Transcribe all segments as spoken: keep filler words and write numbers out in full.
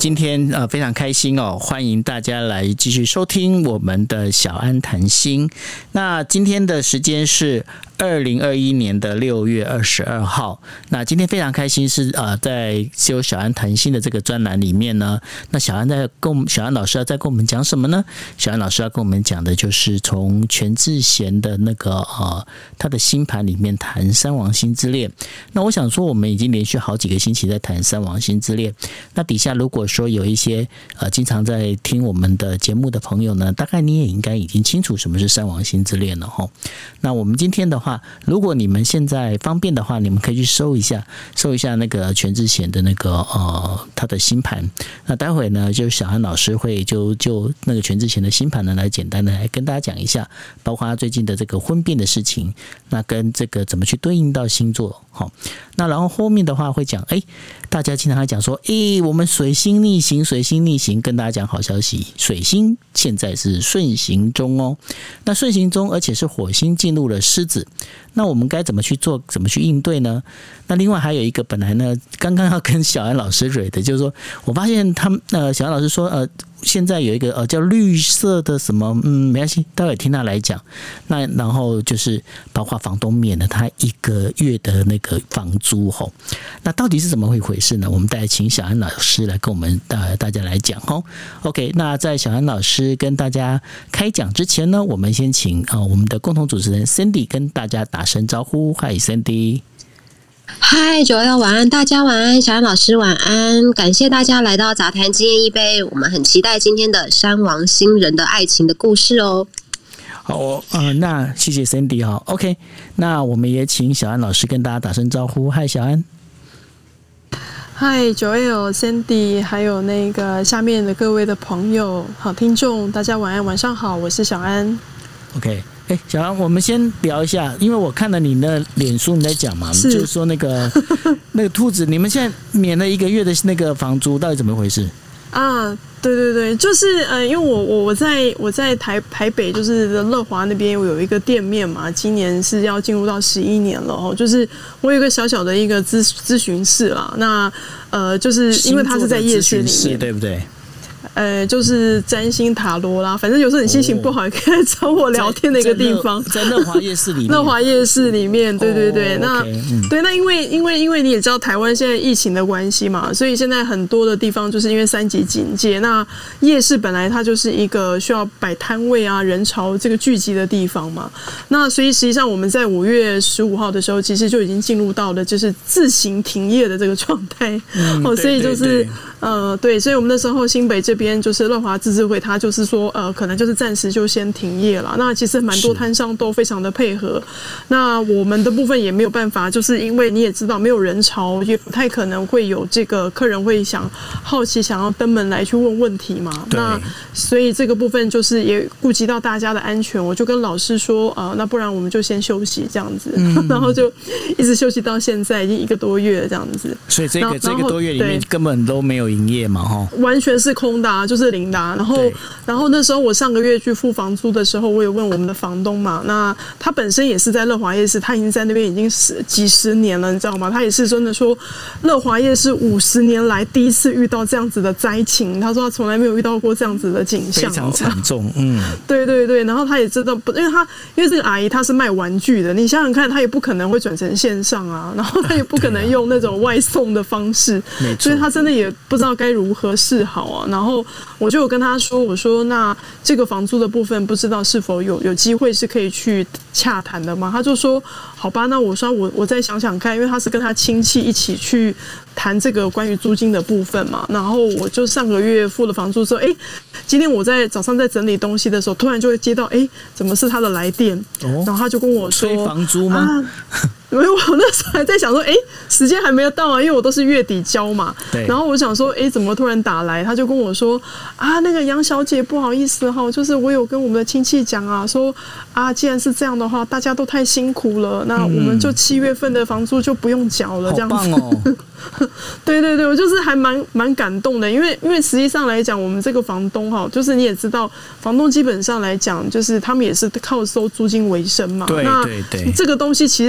今天呃非常开心哦，欢迎大家来继续收听我们的小安谈心。那今天的时间是二零二一年的六月二十二号。那今天非常开心是呃，在只有小安谈心的这个专栏里面呢，那小安在跟我们小安老师要在跟我们讲什么呢？小安老师要跟我们讲的就是从全智贤的那个呃他的星盘里面谈三王星之恋。那我想说，我们已经连续好几个星期在谈三王星之恋。那底下如果说有一些呃经常在听我们的节目的朋友呢，大概你也应该已经清楚什么是三王星之恋了哈。那我们今天的话，如果你们现在方便的话，你们可以去搜一下，搜一下那个全智贤的那个呃他的星盘。那待会呢，就小安老师会就就那个全智贤的星盘呢，来简单的来跟大家讲一下，包括他最近的这个婚变的事情，那跟这个怎么去对应到星座。好，那然后后面的话会讲，哎，大家经常会讲说，哎，我们水星逆行，水星逆行，跟大家讲好消息，水星现在是顺行中哦。那顺行中，而且是火星进入了狮子。那我们该怎么去做，怎么去应对呢？那另外还有一个，本来呢，刚刚要跟小安老师蕊的，就是说我发现他们呃，小安老师说呃，现在有一个呃叫绿色的什么，嗯，没关系，待会听他来讲。那然后就是包括房东免了他一个月的那个房租吼，那到底是怎么一回事呢？我们再请小安老师来跟我们呃大家来讲吼。OK， 那在小安老师跟大家开讲之前呢，我们先请呃我们的共同主持人 Sandy 跟大家打声招呼。嗨 Sandy。 嗨，九幺晚安，大家晚安，小安老师晚安，感谢大家来到杂谈今夜一杯，我们很期待今天的山王星人的爱情的故事哦。 好，呃，那谢谢 Sandy 哈 ，OK， 那我们也请小安老师跟大家打声招呼。嗨，小安。 嗨，九 L Sandy， 还有那个下面的各位的朋友、好听众，大家晚安，晚上好，我是小安。 OK。哎，小安，我们先聊一下，因为我看了你的脸书，你在讲嘛，是就是说那个那个兔子，你们现在免了一个月的那个房租，到底怎么回事？ 啊，对对对，就是呃，因为我我我在我在台台北，就是乐华那边，我有一个店面嘛，今年是要进入到十一年了哦，就是我有一个小小的一个咨咨询室啦，那呃，就是因为它是在夜市里面， 对不对？ 呃，就是占星塔罗啦，反正有时候你心情不好，也可以来找我聊天的一个地方， 在乐华夜市里面。 乐华夜市里面，对对对， 哦、 那、 okay, 嗯、 对那因为因为因为你也知道台湾现在疫情的关系嘛，所以现在很多的地方就是因为三级警戒，那夜市本来它就是一个需要摆摊位啊、人潮这个聚集的地方嘛，那所以实际上我们在五月十五号的时候，其实就已经进入到了就是自行停业的这个状态， 嗯、 哦，所以就是。 对对对呃，对，所以我们那时候新北这边就是乐华自治会，它就是说，呃，可能就是暂时就先停业了。那其实蛮多摊商都非常的配合。那我们的部分也没有办法，就是因为你也知道，没有人潮，也不太可能会有这个客人会想好奇想要登门来去问问题嘛。那所以这个部分就是也顾及到大家的安全，我就跟老师说，呃，那不然我们就先休息这样子，嗯、然后就一直休息到现在，已经一个多月了这样子。 所以这个这个多月里面根本都没有营业嘛，哈， 完全是空的、啊，就是零的、啊。然后，然后那时候我上个月去付房租的时候，我有问我们的房东嘛，那他本身也是在乐华夜市，他已经在那边已经十几十年了，你知道吗？他也是真的说，乐华夜市五十年来第一次遇到这样子的灾情，他说他从来没有遇到过这样子的景象， 非常惨重，嗯， 对对对。然后他也知道，因为他因为这个阿姨她是卖玩具的，你想想看，她也不可能会转成线上啊，然后她也不可能用那种外送的方式，所以她真的也不知道该如何是好啊。然后我就有跟他说，我说那这个房租的部分不知道是否有有机会是可以去洽谈的吗？他就说好吧，那我说我我再想想看，因为他是跟他亲戚一起去谈这个关于租金的部分嘛。然后我就上个月付了房租之后，哎，今天我在早上在整理东西的时候，突然就会接到，哎，怎么是他的来电？哦、然后他就跟我说， 催房租吗？ 啊因为我那时候还在想说，哎，时间还没有到啊，因为我都是月底交嘛。对。然后我想说，哎，怎么突然打来？他就跟我说，啊，那个杨小姐，不好意思哈，就是我有跟我们的亲戚讲啊，说啊，既然是这样的话，大家都太辛苦了，那我们就七月份的房租就不用缴了，这样子。 好棒哦。 对对对，我就是还蛮蛮感动的，因为因为实际上来讲，我们这个房东哈，就是你也知道，房东基本上来讲，就是他们也是靠收租金为生嘛。 对对对。 这个东西其实实际上也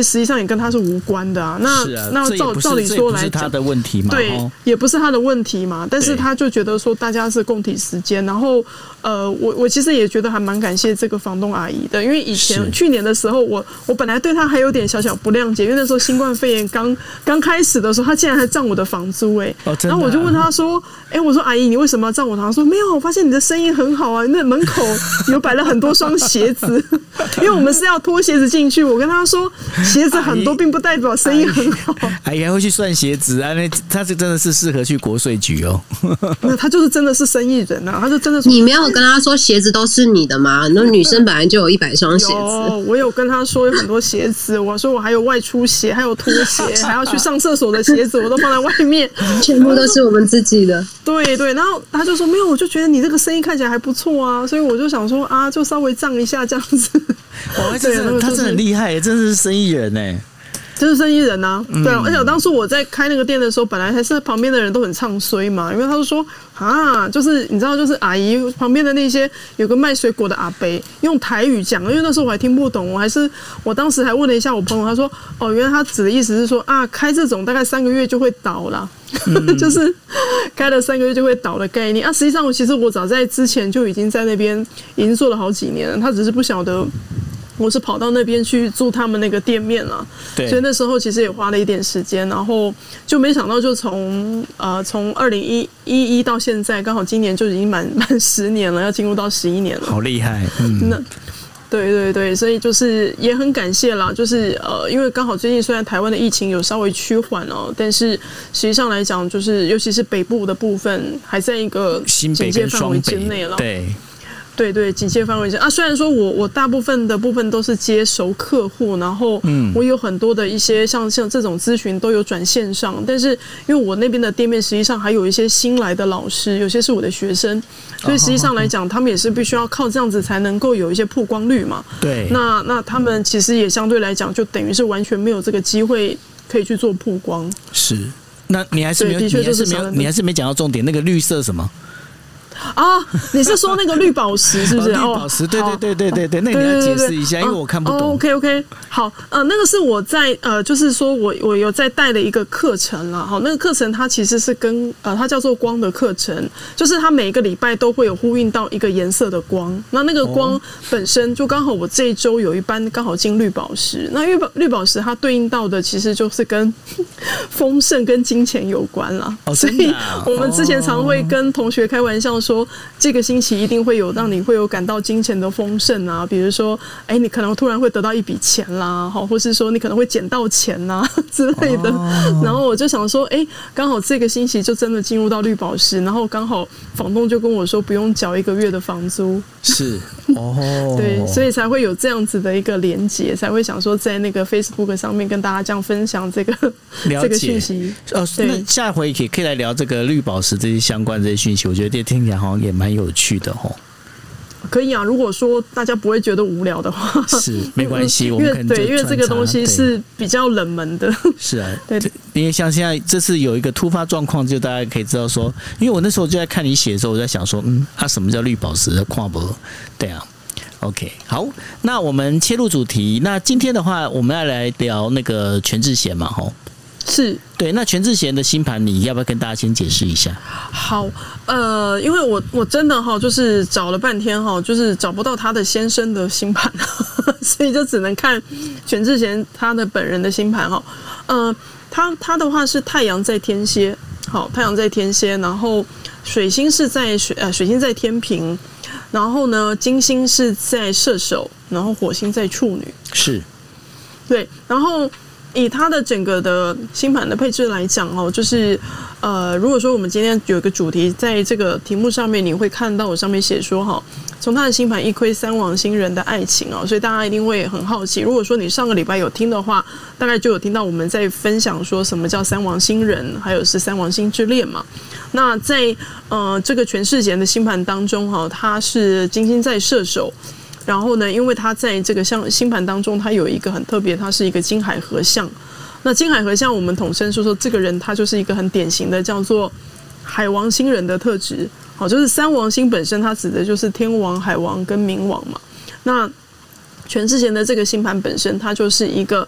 跟他是无关的啊。那是啊， 那照照理说来讲， 这也不是他的问题嘛， 对， 哦、 也不是他的问题嘛。但是他就觉得说大家是共体时间，然后呃，我我其实也觉得还蛮感谢这个房东阿姨的，因为以前去年的时候，我我本来对他还有点小小不谅解，因为那时候新冠肺炎刚刚开始的时候，他竟然还涨我的房租哎、欸哦啊， 然后我就问他说，哎、欸，我说阿姨你为什么要涨我房租？他说没有，我发现你的生意很好啊，那门口有摆了很多双鞋子，因为我们是要脱鞋子进去。我跟他说，鞋子很多并不代表生意很好。 阿姨还会去算鞋子啊？那他是真的是适合去国税局哦。 那他就是真的是生意人啊，他就真的说。 你没有跟他说鞋子都是你的吗？那女生本来就有一百双鞋子。 有，我有跟他说有很多鞋子，我说我还有外出鞋，还有拖鞋，还要去上厕所的鞋子，我都放在外面， 全部都是我们自己的。 对对，然后他就说没有，我就觉得你这个生意看起来还不错啊，所以我就想说啊，就稍微涨一下这样子。 哇，真的，他真的很厉害，真的是生意人哎。 就是生意人呐、啊，对、啊，而且我当初我在开那个店的时候，本来还是旁边的人都很唱衰嘛，因为他就说啊，就是你知道，就是阿姨旁边的那些有个卖水果的阿伯用台语讲，因为那时候我还听不懂，我还是我当时还问了一下我朋友，他说哦，原来他指的意思是说啊，开这种大概三个月就会倒啦。嗯、就是开了三个月就会倒的概念啊。实际上，我其实我早在之前就已经在那边已经做了好几年了，他只是不晓得。我是跑到那边去住他们那个店面了，所以那时候其实也花了一点时间，然后就没想到就从呃从二零一一到现在，刚好今年就已经满满十年了，要进入到十一年了， 好厉害，嗯， 那对对对，所以就是也很感谢啦，就是呃，因为刚好最近虽然台湾的疫情有稍微趋缓哦，但是实际上来讲，就是尤其是北部的部分还在一个警戒范围之内了， 对。 对对，警戒范围之内啊。虽然说我我大部分的部分都是接熟客户，然后我有很多的一些像像这种咨询都有转线上，但是因为我那边的店面实际上还有一些新来的老师，有些是我的学生，所以实际上来讲，他们也是必须要靠这样子才能够有一些曝光率嘛。 对， 那那他们其实也相对来讲，就等于是完全没有这个机会可以去做曝光。 是，那你还是没有，你还是没有，你还是没讲到重点，那个绿色什么？ 啊，你是说那个绿宝石是不是？ 哦、绿宝石，对对对对对对，那你要解释一下，因为我看不懂。 哦、OK OK， 好，呃，那个是我在呃，就是说我我有在带的一个课程啦。好，那个课程它其实是跟呃，它叫做光的课程，就是它每一个礼拜都会有呼应到一个颜色的光。那那个光本身就刚好我这一周有一班刚好进绿宝石，那绿宝绿宝石它对应到的其实就是跟丰盛跟金钱有关啦。 哦， 所以我们之前常会跟同学开玩笑说。说这个星期一定会有让你会有感到金钱的丰盛啊，比如说，哎，你可能突然会得到一笔钱啦，好，或是说你可能会捡到钱啦之类的。哦、然后我就想说，哎，刚好这个星期就真的进入到绿宝石，然后刚好房东就跟我说不用缴一个月的房租， 是哦， 对，所以才会有这样子的一个连结，才会想说在那个 Facebook 上面跟大家这样分享这个这个讯息。 哦，那下回可以可以来聊这个绿宝石这些相关这些讯息，我觉得这听起来好像也蛮有趣的哦。 可以啊，如果说大家不会觉得无聊的话， 是没关系，我们可能对，因为这个东西是比较冷门的。 是啊，对，因为像现在这次有一个突发状况，就大家可以知道说，因为我那时候就在看你写的时候，我在想说，嗯，它、啊、什么叫绿宝石的跨博？对啊。OK， 好，那我们切入主题。那今天的话，我们要来聊那个全智贤嘛，吼。 是对，那全智贤的星盘，你要不要跟大家先解释一下？ 好，呃，因为我我真的哈，就是找了半天哈，就是找不到他的先生的星盘，所以就只能看全智贤他的本人的星盘哈。呃，他他的话是太阳在天蝎，好，太阳在天蝎，然后水星是在水呃水星在天秤，然后呢金星是在射手，然后火星在处女， 是， 对，然后。以他的整个的星盘的配置来讲哦，就是呃，如果说我们今天有一个主题，在这个题目上面，你会看到我上面写说哈，从他的星盘一窥三王星人的爱情哦，所以大家一定会很好奇。如果说你上个礼拜有听的话，大概就有听到我们在分享说什么叫三王星人，还有是三王星之恋嘛。那在呃这个全智贤的星盘当中哈，他是金星在射手。然后呢，因为他在这个像星盘当中，他有一个很特别，他是一个金海合相。那金海合相，我们统称说说这个人，他就是一个很典型的叫做海王星人的特质。好，就是三王星本身，它指的就是天王、海王跟冥王嘛。那全智贤的这个星盘本身，它就是一个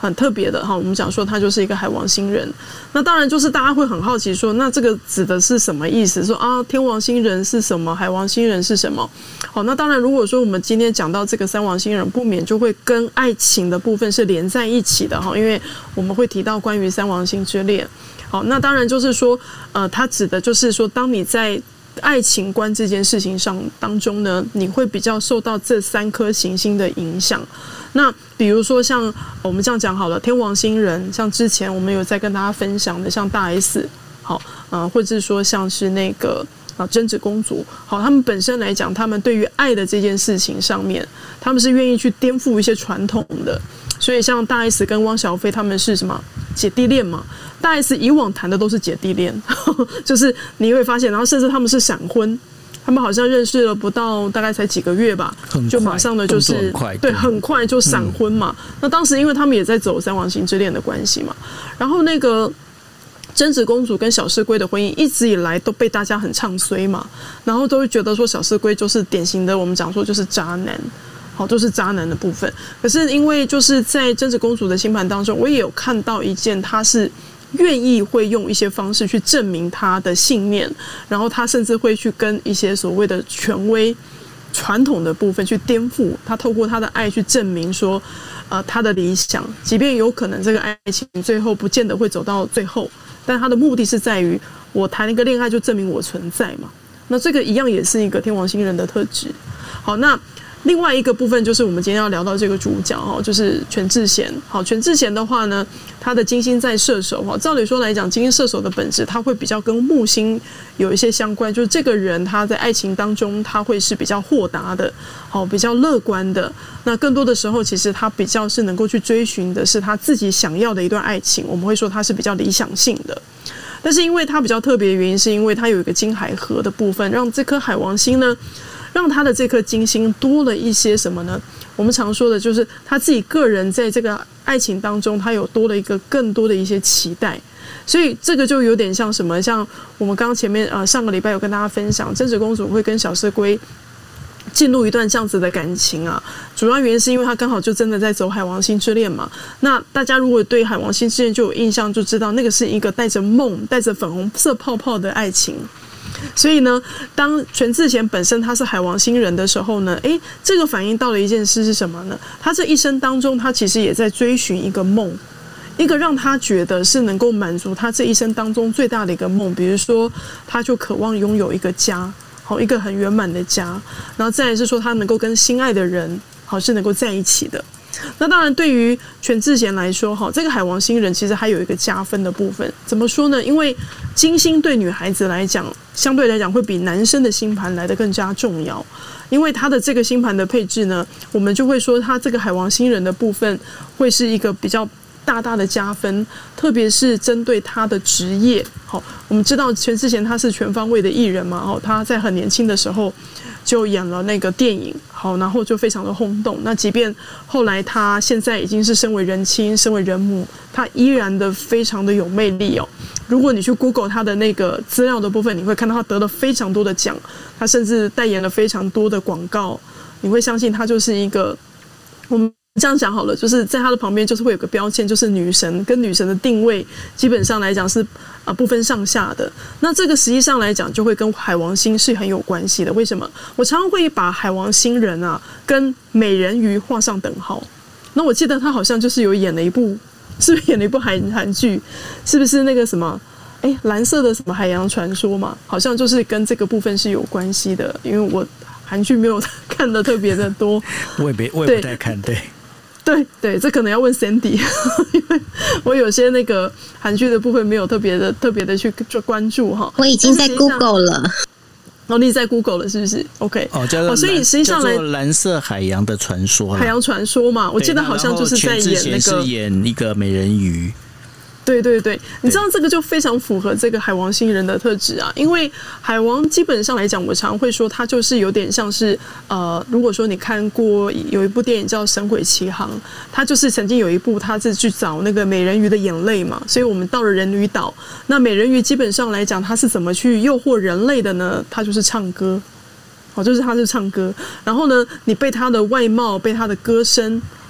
很特别的哈。我们讲说他就是一个海王星人，那当然就是大家会很好奇说，那这个指的是什么意思？说啊，天王星人是什么？海王星人是什么？好，那当然如果说我们今天讲到这个三王星人，不免就会跟爱情的部分是连在一起的哈，因为我们会提到关于三王星之恋。好，那当然就是说，呃，它指的就是说，当你在爱情观这件事情上当中呢，你会比较受到这三颗行星的影响。那比如说像我们这样讲好了，天王星人，像之前我们有在跟大家分享的，像大 S， 好，呃，或者是说像是那个啊贞子公主，好，他们本身来讲，他们对于爱的这件事情上面，他们是愿意去颠覆一些传统的。所以像大 S 跟汪小菲他们是什么姐弟恋嘛？大 S 以往谈的都是姐弟恋，就是你会发现，然后甚至他们是闪婚，他们好像认识了不到大概才几个月吧，就马上的就是很快对，很快就闪婚嘛。嗯、那当时因为他们也在走三王星之恋的关系嘛，然后那个贞子公主跟小室圭的婚姻一直以来都被大家很唱衰嘛，然后都会觉得说小室圭就是典型的我们讲说就是渣男。好，都是渣男的部分。可是因为就是在贞子公主的星盘当中，我也有看到一件，她是愿意会用一些方式去证明她的信念，然后她甚至会去跟一些所谓的权威、传统的部分去颠覆。她透过她的爱去证明说，呃，她的理想，即便有可能这个爱情最后不见得会走到最后，但她的目的是在于我谈一个恋爱就证明我存在嘛。那这个一样也是一个天王星人的特质。好，那另外一个部分就是我们今天要聊到这个主角哈，就是全智贤。好，全智贤的话呢，他的金星在射手哈。照理说来讲，金星射手的本质，他会比较跟木星有一些相关，就是这个人他在爱情当中，他会是比较豁达的，好，比较乐观的。那更多的时候，其实他比较是能够去追寻的是他自己想要的一段爱情。我们会说他是比较理想性的。但是因为他比较特别的原因，是因为他有一个金海河的部分，让这颗海王星呢，让他的这颗金星多了一些什么呢？我们常说的就是他自己个人在这个爱情当中，他有多了一个更多的一些期待，所以这个就有点像什么？像我们刚刚前面呃上个礼拜有跟大家分享，贞子公主会跟小室圭进入一段这样子的感情啊，主要原因是因为他刚好就真的在走海王星之恋嘛。那大家如果对海王星之恋就有印象，就知道那个是一个带着梦、带着粉红色泡泡的爱情。所以呢，当全智贤本身他是海王星人的时候呢，诶，这个反映到了一件事是什么呢？他这一生当中，他其实也在追寻一个梦，一个让他觉得是能够满足他这一生当中最大的一个梦。比如说，他就渴望拥有一个家，好，一个很圆满的家，然后再来是说他能够跟心爱的人，好，是能够在一起的。那当然，对于全智贤来说，哈，这个海王星人其实还有一个加分的部分。怎么说呢？因为金星对女孩子来讲，相对来讲会比男生的星盘来得更加重要。因为他的这个星盘的配置呢，我们就会说他这个海王星人的部分会是一个比较大大的加分，特别是针对他的职业。好，我们知道全智贤他是全方位的艺人嘛，哦，他在很年轻的时候就演了那个电影，好，然后就非常的轰动。那即便后来他现在已经是身为人妻、身为人母，他依然的非常的有魅力哦。如果你去 Google 他的那个资料的部分，你会看到他得了非常多的奖，他甚至代言了非常多的广告。你会相信他就是一个，我们这样讲好了，就是在他的旁边就是会有个标签，就是女神，跟女神的定位基本上来讲是啊不分上下的。那这个实际上来讲就会跟海王星是很有关系的。为什么？我常常会把海王星人啊跟美人鱼画上等号。那我记得他好像就是有演了一部，是不是演了一部韩韩剧？是不是那个什么？哎，蓝色的什么海洋传说嘛？好像就是跟这个部分是有关系的。因为我韩剧没有看的特别的多， 我也没我也不太看，对。 对对，这可能要问 Sandy， 因为我有些那个韩剧的部分没有特别的特别的去做关注哈。 我已经在 Google 了， 哦，你在 Google 了是不是 ？OK， 哦，叫做、哦、 所以实际上来蓝色海洋的传说， 海洋传说嘛，我记得好像就是在演那个是演一个美人鱼。 对对对，你知道这个就非常符合这个海王星人的特质啊，因为海王基本上来讲，我常会说他就是有点像是呃，如果说你看过有一部电影叫《神鬼奇航》，他就是曾经有一部他是去找那个美人鱼的眼泪嘛，所以我们到了人鱼岛，那美人鱼基本上来讲，他是怎么去诱惑人类的呢？他就是唱歌，哦，就是他是唱歌，然后呢，你被他的外貌，被他的歌声。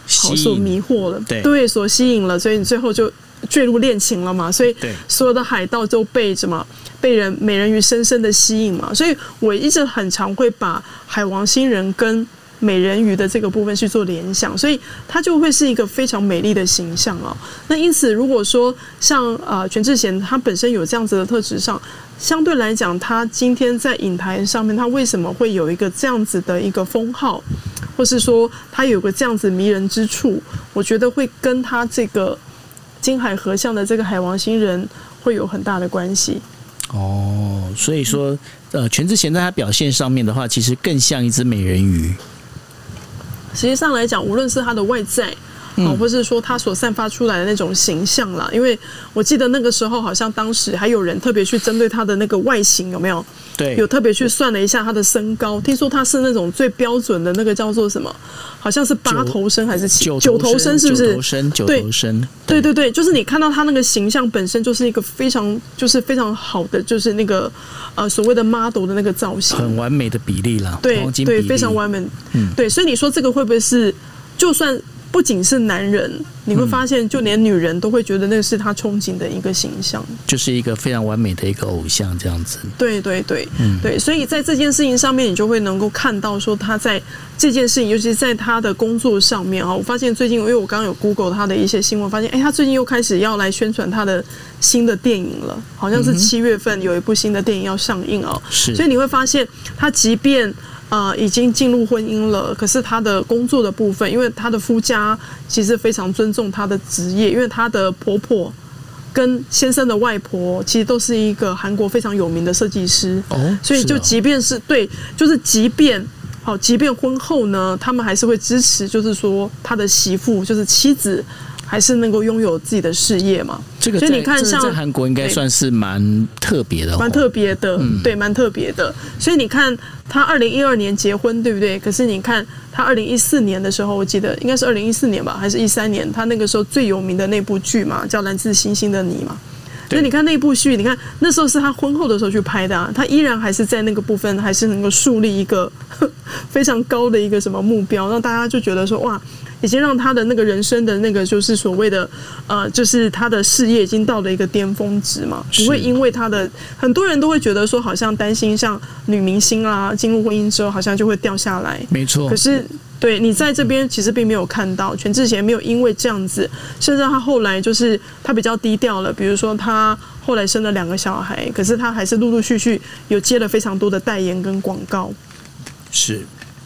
好所迷惑了， 对对，所吸引了，所以你最后就坠入恋情了嘛。所以所有的海盗都被什么被人美人鱼深深的吸引嘛。所以我一直很常会把海王星人跟美人鱼的这个部分去做联想，所以它就会是一个非常美丽的形象哦。那因此，如果说像呃全智贤他本身有这样子的特质上，相对来讲，他今天在影坛上面，他为什么会有一个这样子的一个封号，或是说他有个这样子迷人之处，我觉得会跟他这个金海合相的这个海王星人会有很大的关系。 哦，所以说，呃，全智贤在他表现上面的话，其实更像一只美人鱼。 实际上来讲，无论是他的外在，嗯、哦，或是说他所散发出来的那种形象啦，因为我记得那个时候好像当时还有人特别去针对他的那个外形有没有？ 对， 有特别去算了一下他的身高，听说他是那种最标准的那个叫做什么？好像是八头身还是七九头身？是不是？ 九头身，九头身。 对对对，就是你看到他那个形象本身就是一个非常就是非常好的，就是那个呃所谓的 model 的那个造型， 很完美的比例啦， 对黄金比例对，非常完美。 嗯， 对，所以你说这个会不会是就算？不仅是男人，你会发现，就连女人都会觉得那是他憧憬的一个形象， 就是一个非常完美的一个偶像这样子。 对对对， 嗯， 对，所以在这件事情上面，你就会能够看到说他在这件事情，尤其是在他的工作上面啊，我发现最近，因为我刚刚有 Google 他的一些新闻，发现哎，他最近又开始要来宣传他的新的电影了，好像是七月份有一部新的电影要上映哦。 是， 所以你会发现，他即便呃，已经进入婚姻了，可是她的工作的部分，因为她的夫家其实非常尊重她的职业，因为她的婆婆跟先生的外婆其实都是一个韩国非常有名的设计师， 哦， 所以就即便是对，就是即便好，即便婚后呢，他们还是会支持，就是说他的媳妇就是妻子。还是能够拥有自己的事业嘛？ 这个所以你看像， 像在韩国应该算是蛮特别的， 蛮特别的，嗯、对，蛮特别的。所以你看，他二零一二年结婚，对不对？可是你看，他二零一四年的时候，我记得应该是二零一四年吧，还是一三年？他那个时候最有名的那部剧嘛，叫《来自星星的你》嘛。所以你看那部剧，你看那时候是他婚后的时候去拍的、啊，他依然还是在那个部分，还是能够树立一个非常高的一个什么目标，让大家就觉得说哇。已经让他的那个人生的那个就是所谓的呃，就是他的事业已经到了一个巅峰值嘛，不会因为他的很多人都会觉得说，好像担心像女明星啊进入婚姻之后，好像就会掉下来。 没错。 可是对你在这边其实并没有看到，全智贤没有因为这样子，甚至他后来就是他比较低调了，比如说他后来生了两个小孩，可是他还是陆陆续续有接了非常多的代言跟广告。 是。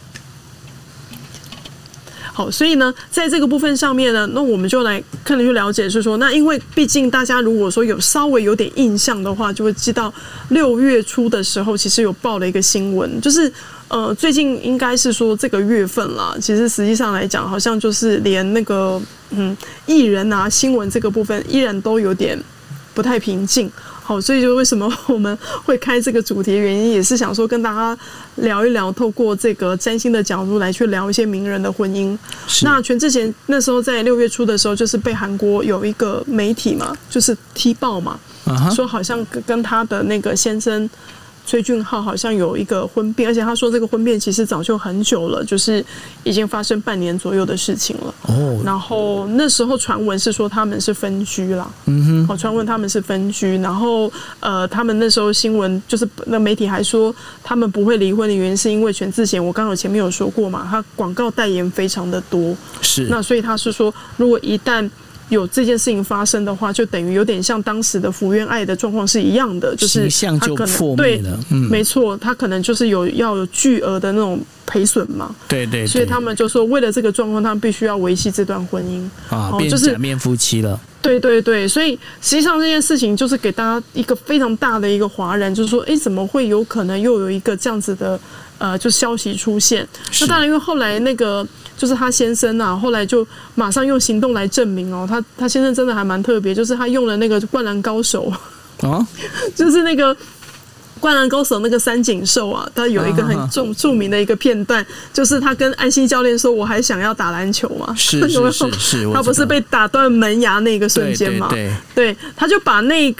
好，所以呢，在这个部分上面呢，那我们就来看了就了解是说，那因为毕竟大家如果说有稍微有点印象的话，就会知道六月初的时候，其实有报了一个新闻，就是呃，最近应该是说这个月份啦，其实实际上来讲，好像就是连那个嗯艺人啊新闻这个部分依然都有点不太平静。好，所以就为什么我们会开这个主题的原因，也是想说跟大家聊一聊，透过这个占星的角度来去聊一些名人的婚姻。那全智贤那时候在六月初的时候，就是被韩国有一个媒体嘛，就是踢爆嘛， uh-huh. 说好像跟他的那个先生崔俊浩好像有一个婚变，而且他说这个婚变其实早就很久了，就是已经发生半年左右的事情了。哦，然后那时候传闻是说他们是分居啦，嗯哼，哦，传闻他们是分居，然后呃，他们那时候新闻就是那媒体还说他们不会离婚的原因是因为全智贤，我刚刚有前面有说过嘛，他广告代言非常的多，是，那所以他是说如果一旦有这件事情发生的话，就等于有点像当时的福原爱的状况是一样的，就是形象就破灭了。 对，嗯，没错，他可能就是有要有巨额的那种赔损嘛。 对 对, 对， 所以他们就说，为了这个状况，他们必须要维系这段婚姻啊，变假面夫妻了。 对对对，所以实际上这件事情就是给大家一个非常大的一个哗然，就是说，哎，怎么会有可能又有一个这样子的呃，就消息出现？那当然，因为后来那个。就是他先生啊，后来就马上用行动来证明哦，他他先生真的还蛮特别，就是他用了那个《灌篮高手》啊，就是那个《灌篮高手》那个三井寿啊，他有一个很著著名的一个片段，就是他跟安西教练说：“我还想要打篮球嘛。” 是是是是， 他不是被打断门牙那个瞬间嘛？ 对对对， 对，他就把那个。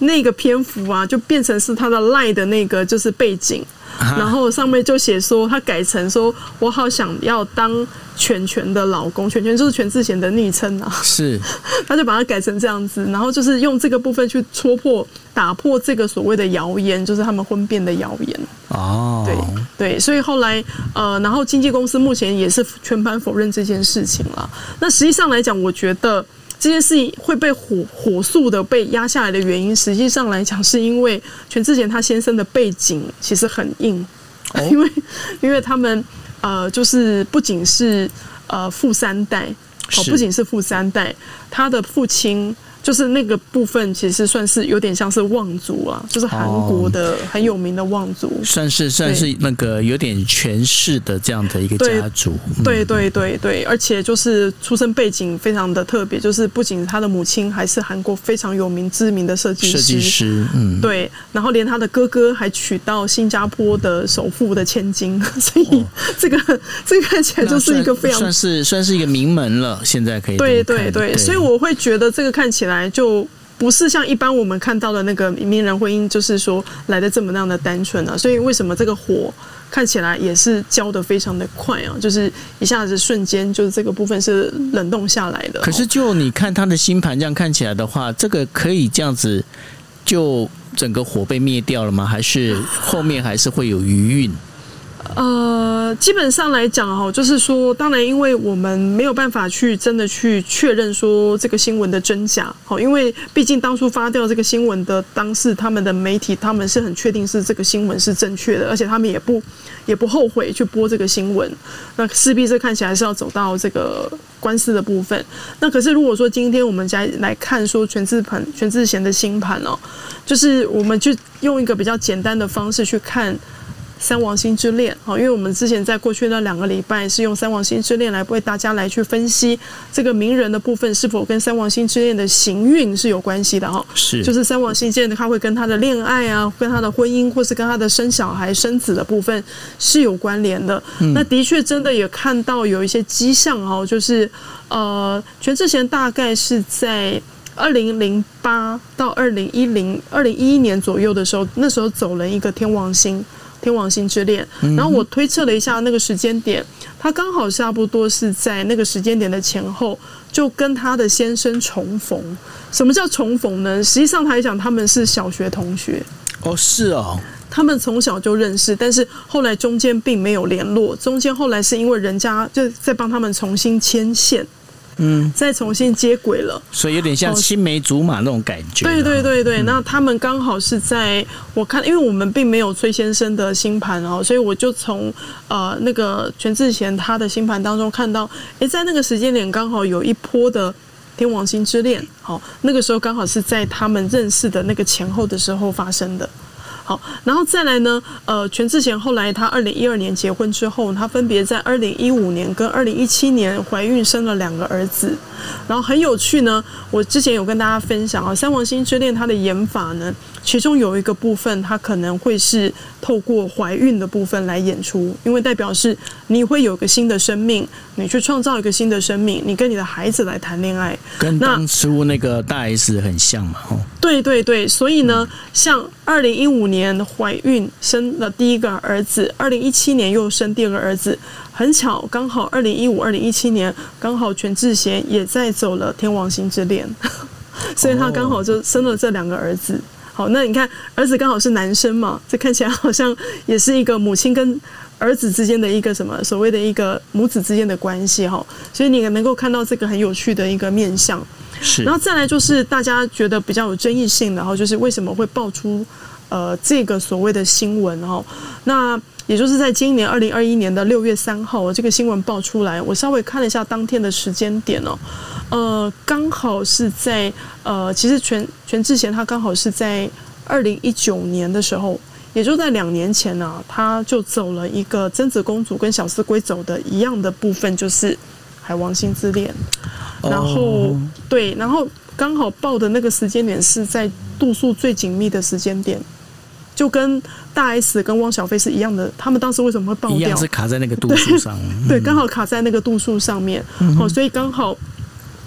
那个篇幅啊，就变成是他的 LINE 的那个就是背景。然后上面就写说，他改成说我好想要当全全的老公，全全就是全智贤的昵称啊，是，他就把它改成这样子，然后就是用这个部分去戳破、打破这个所谓的谣言，就是他们婚变的谣言。哦，对对，所以后来呃，然后经纪公司目前也是全盘否认这件事情了。那实际上来讲，我觉得这件事情会被火火速的被压下来的原因，实际上来讲，是因为全智贤他先生的背景其实很硬，哦、因为因为他们呃，就是不仅是呃富三代，哦，不仅是富三代，他的父亲。就是那个部分，其实算是有点像是望族啊，就是韩国的很有名的望族，哦、 算是算是那个有点权势的这样的一个家族。 对、嗯、对对对，而且就是出身背景非常的特别，就是不仅他的母亲还是韩国非常有名知名的设计师，设计师，嗯，对，然后连他的哥哥还娶到新加坡的首富的千金，所以这个、哦、这个看起来就是一个非常算是算是一个名门了，现在可以对对 对, 对，所以我会觉得这个看起来。就不是像一般我们看到的那个名人婚姻，就是说来的这么样的单纯啊，所以为什么这个火看起来也是浇得非常的快啊，就是一下子瞬间就是这个部分是冷冻下来的。 可是就你看他的星盘这样看起来的话，这个可以这样子就整个火被灭掉了吗？还是后面还是会有余韵？ 呃，基本上来讲哈，就是说，当然，因为我们没有办法去真的去确认说这个新闻的真假，好，因为毕竟当初发掉这个新闻的当事他们的媒体，他们是很确定是这个新闻是正确的，而且他们也不也不后悔去播这个新闻。那势必这看起来是要走到这个官司的部分。那可是如果说今天我们再来看说全智盘全智贤的星盘哦，就是我们就用一个比较简单的方式去看。三王星之恋，因为我们之前在过去那两个礼拜是用三王星之恋来为大家来去分析这个名人的部分是否跟三王星之恋的行运是有关系的哈，是，就是三王星之恋它会跟他的恋爱啊，跟他的婚姻，或是跟他的生小孩、生子的部分是有关联的。嗯、那的确真的也看到有一些迹象哦，就是呃，全智贤大概是在。二零零八到二零一零、二零一一年左右的时候，那时候走了一个天王星。天王星之恋，然后我推测了一下那个时间点，他刚好差不多是在那个时间点的前后，就跟他的先生重逢。什么叫重逢呢？实际上来讲，他们是小学同学。 哦，是哦。 他们从小就认识，但是后来中间并没有联络。中间后来是因为人家就在帮他们重新牵线。嗯，再重新接轨了， 所以有点像青梅竹马那种感觉。 对对对对，嗯、那他们刚好是在我看，因为我们并没有崔先生的星盘哦，所以我就从呃那个全智贤他的星盘当中看到，哎，在那个时间点刚好有一波的天王星之恋，好，那个时候刚好是在他们认识的那个前后的时候发生的。好，然后再来呢？呃，全智贤后来他二零一二年结婚之后，他分别在二零一五年跟二零一七年怀孕生了两个儿子。然后很有趣呢，我之前有跟大家分享啊，三王星之恋它的演法呢，其中有一个部分它可能会是透过怀孕的部分来演出，因为代表是你会有个新的生命，你去创造一个新的生命，你跟你的孩子来谈恋爱， 跟当初那个大 S 很像嘛，哦， 对对对，所以呢，嗯、像二零一五年怀孕生了第一个儿子，二零一七年又生第二个儿子。很巧，刚好二零一五、二零一七年，刚好全智贤也在走了天王星之恋，所以他刚好就生了这两个儿子。好，那你看儿子刚好是男生嘛，这看起来好像也是一个母亲跟儿子之间的一个什么所谓的一个母子之间的关系哈，所以你能够看到这个很有趣的一个面向。是，然后再来就是大家觉得比较有争议性的，然后就是为什么会爆出呃这个所谓的新闻哈，那。也就是在今年二零二一年的六月三号，这个新闻爆出来，我稍微看了一下当天的时间点哦，呃，刚好是在呃，其实全全智贤他刚好是在二零一九年的时候，也就在两年前呢、啊，他就走了一个贞子公主跟小司龟走的一样的部分，就是海王星之恋，然后、oh. 对，然后刚好报的那个时间点是在度数最紧密的时间点。就跟大 S 跟汪小菲是一样的，他们当时为什么会爆掉？ 一样是卡在那个度数上， 对，刚、嗯、好卡在那个度数上面。嗯、哦，所以刚好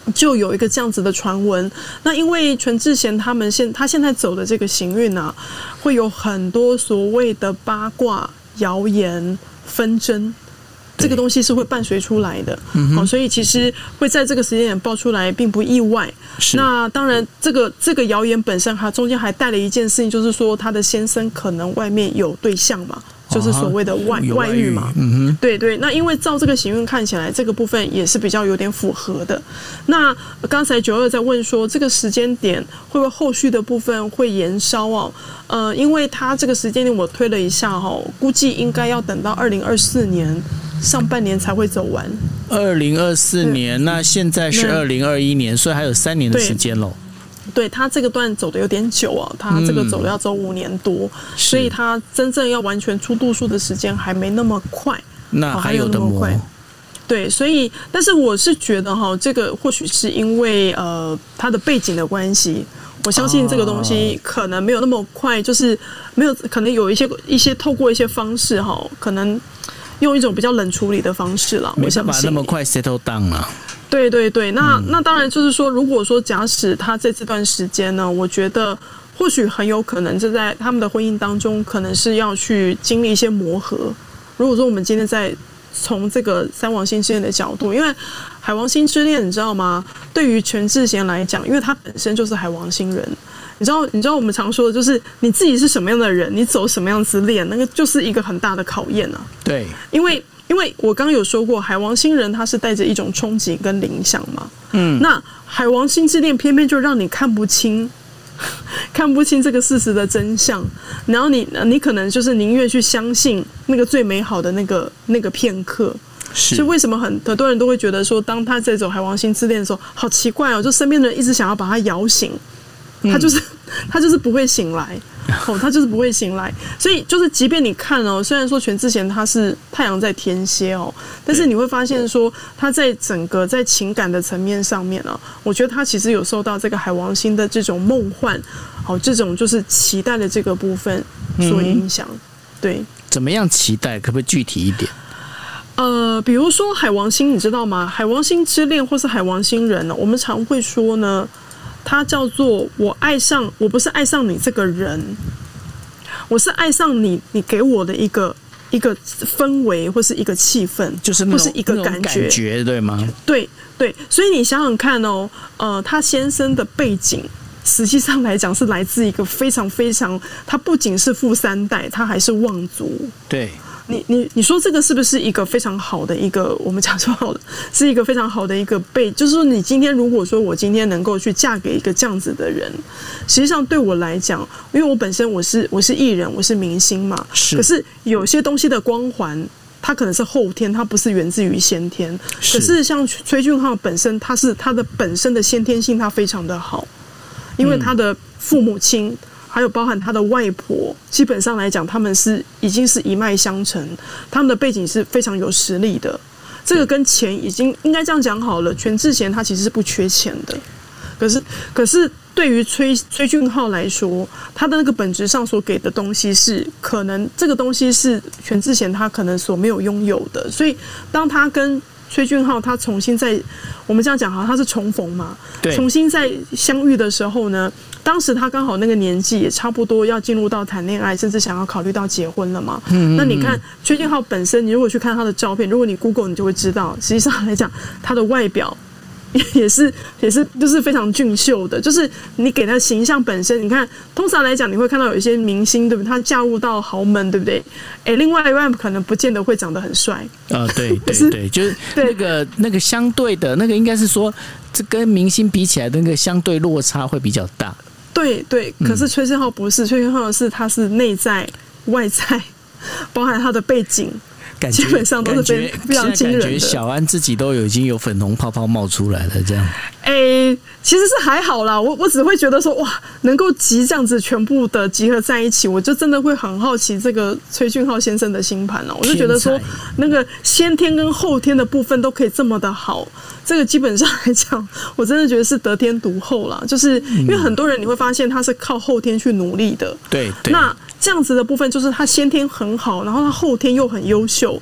就有一个这样子的传闻。那因为全智贤他们现他现在走的这个行运啊，会有很多所谓的八卦、谣言、纷争。这个东西是会伴随出来的，嗯、哦，所以其实会在这个时间点爆出来，并不意外。那当然，这个这个谣言本身，它中间还带了一件事情，就是说他的先生可能外面有对象嘛，就是所谓的外、哦、外遇嘛。嗯哼，对对。那因为照这个行运看起来，这个部分也是比较有点符合的。那刚才九二在问说，这个时间点会不会后续的部分会延烧哦？呃，因为他这个时间点我推了一下哈、哦，估计应该要等到二零二四年。上半年才会走完。 二零二四年，那现在是二零二一年，所以还有三年的时间喽。 对，他这个段走的有点久啊，他这个走了要走五年多，嗯、所以他真正要完全出度数的时间还没那么快。 那还有的磨。 对，所以，但是我是觉得哈，这个或许是因为呃他的背景的关系。我相信这个东西可能没有那么快，就是没有可能有一些一些透过一些方式哈，可能。用一种比较冷处理的方式啦， 没办法那么快 settle down 啊。 对对对，那、嗯、那当然就是说，如果说假使他在这段时间呢，我觉得或许很有可能这在他们的婚姻当中，可能是要去经历一些磨合。如果说我们今天在从这个三王星之恋的角度，因为海王星之恋，你知道吗？对于全智贤来讲，因为他本身就是海王星人。你知道，你知道我们常说的就是你自己是什么样的人，你走什么样之恋，那个就是一个很大的考验啊。 对， 因为因为我刚刚有说过，海王星人他是带着一种憧憬跟理想嘛。嗯，那海王星之恋偏偏就让你看不清，看不清这个事实的真相，然后你你可能就是宁愿去相信那个最美好的那个那个片刻。所以为什么很很多人都会觉得说，当他在走海王星之恋的时候，好奇怪哦，就身边的人一直想要把他摇醒。他就是他就是不会醒来，哦，他就是不会醒来。所以就是，即便你看哦，虽然说全智贤他是太阳在天蝎哦，但是你会发现说，他在整个在情感的层面上面啊，我觉得他其实有受到这个海王星的这种梦幻，哦，这种就是期待的这个部分所影响。嗯、对， 怎么样期待？可不可以具体一点？ 呃，比如说海王星，你知道吗？海王星之恋或是海王星人呢，我们常会说呢。它叫做我爱上，我不是爱上你这个人，我是爱上你，你给我的一个一个氛围或是一个气氛， 就是那种或是一个感觉，感觉对吗？ 对对，所以你想想看哦，呃，他先生的背景，实际上来讲是来自一个非常非常，他不仅是富三代，他还是望族， 对。 你你你说这个是不是一个非常好的一个我们讲说好的是一个非常好的一个背，就是说你今天如果说我今天能够去嫁给一个这样子的人，实际上对我来讲，因为我本身我是我是艺人，我是明星嘛，是可是有些东西的光环。它可能是后天，它不是源自于先天。可是像崔俊浩本身，他是他的本身的先天性，他非常的好，因为他的父母亲。嗯还有包含他的外婆，基本上来讲，他们是已经是一脉相承，他们的背景是非常有实力的。这个跟钱已经应该这样讲好了。全智贤他其实是不缺钱的，可是可是对于崔崔俊浩来说，他的那个本质上所给的东西是可能这个东西是全智贤他可能所没有拥有的，所以当他跟崔俊浩他重新在我们这样讲好，他是重逢嘛，重新在相遇的时候呢，当时他刚好那个年纪也差不多要进入到谈恋爱，甚至想要考虑到结婚了嘛。嗯嗯嗯那你看崔俊浩本身，你如果去看他的照片，如果你 Google 你就会知道，实际上来讲他的外表。也是也是就是非常俊秀的，就是你给他的形象本身，你看通常来讲你会看到有一些明星，对不对？他嫁入到豪门，对不对？哎，另外一半可能不见得会长得很帅啊、呃，对对对，就是那个那个相对的那个，应该是说这跟明星比起来的那个相对落差会比较大。 对对，可是崔俊浩不是，崔俊浩是他是内在外在，包含他的背景。基本上都是非非常惊人的。 感觉小安自己都有已经有粉红泡泡冒出来了，这样。 哎、欸，其实是还好啦，我我只会觉得说，哇，能够集这样子全部的集合在一起，我就真的会很好奇这个崔俊浩先生的星盘了。我就觉得说，那个先天跟后天的部分都可以这么的好，这个基本上来讲，我真的觉得是得天独厚啦。就是因为很多人你会发现他是靠后天去努力的， 对、嗯， 那。这样子的部分就是他先天很好，然后他后天又很优秀，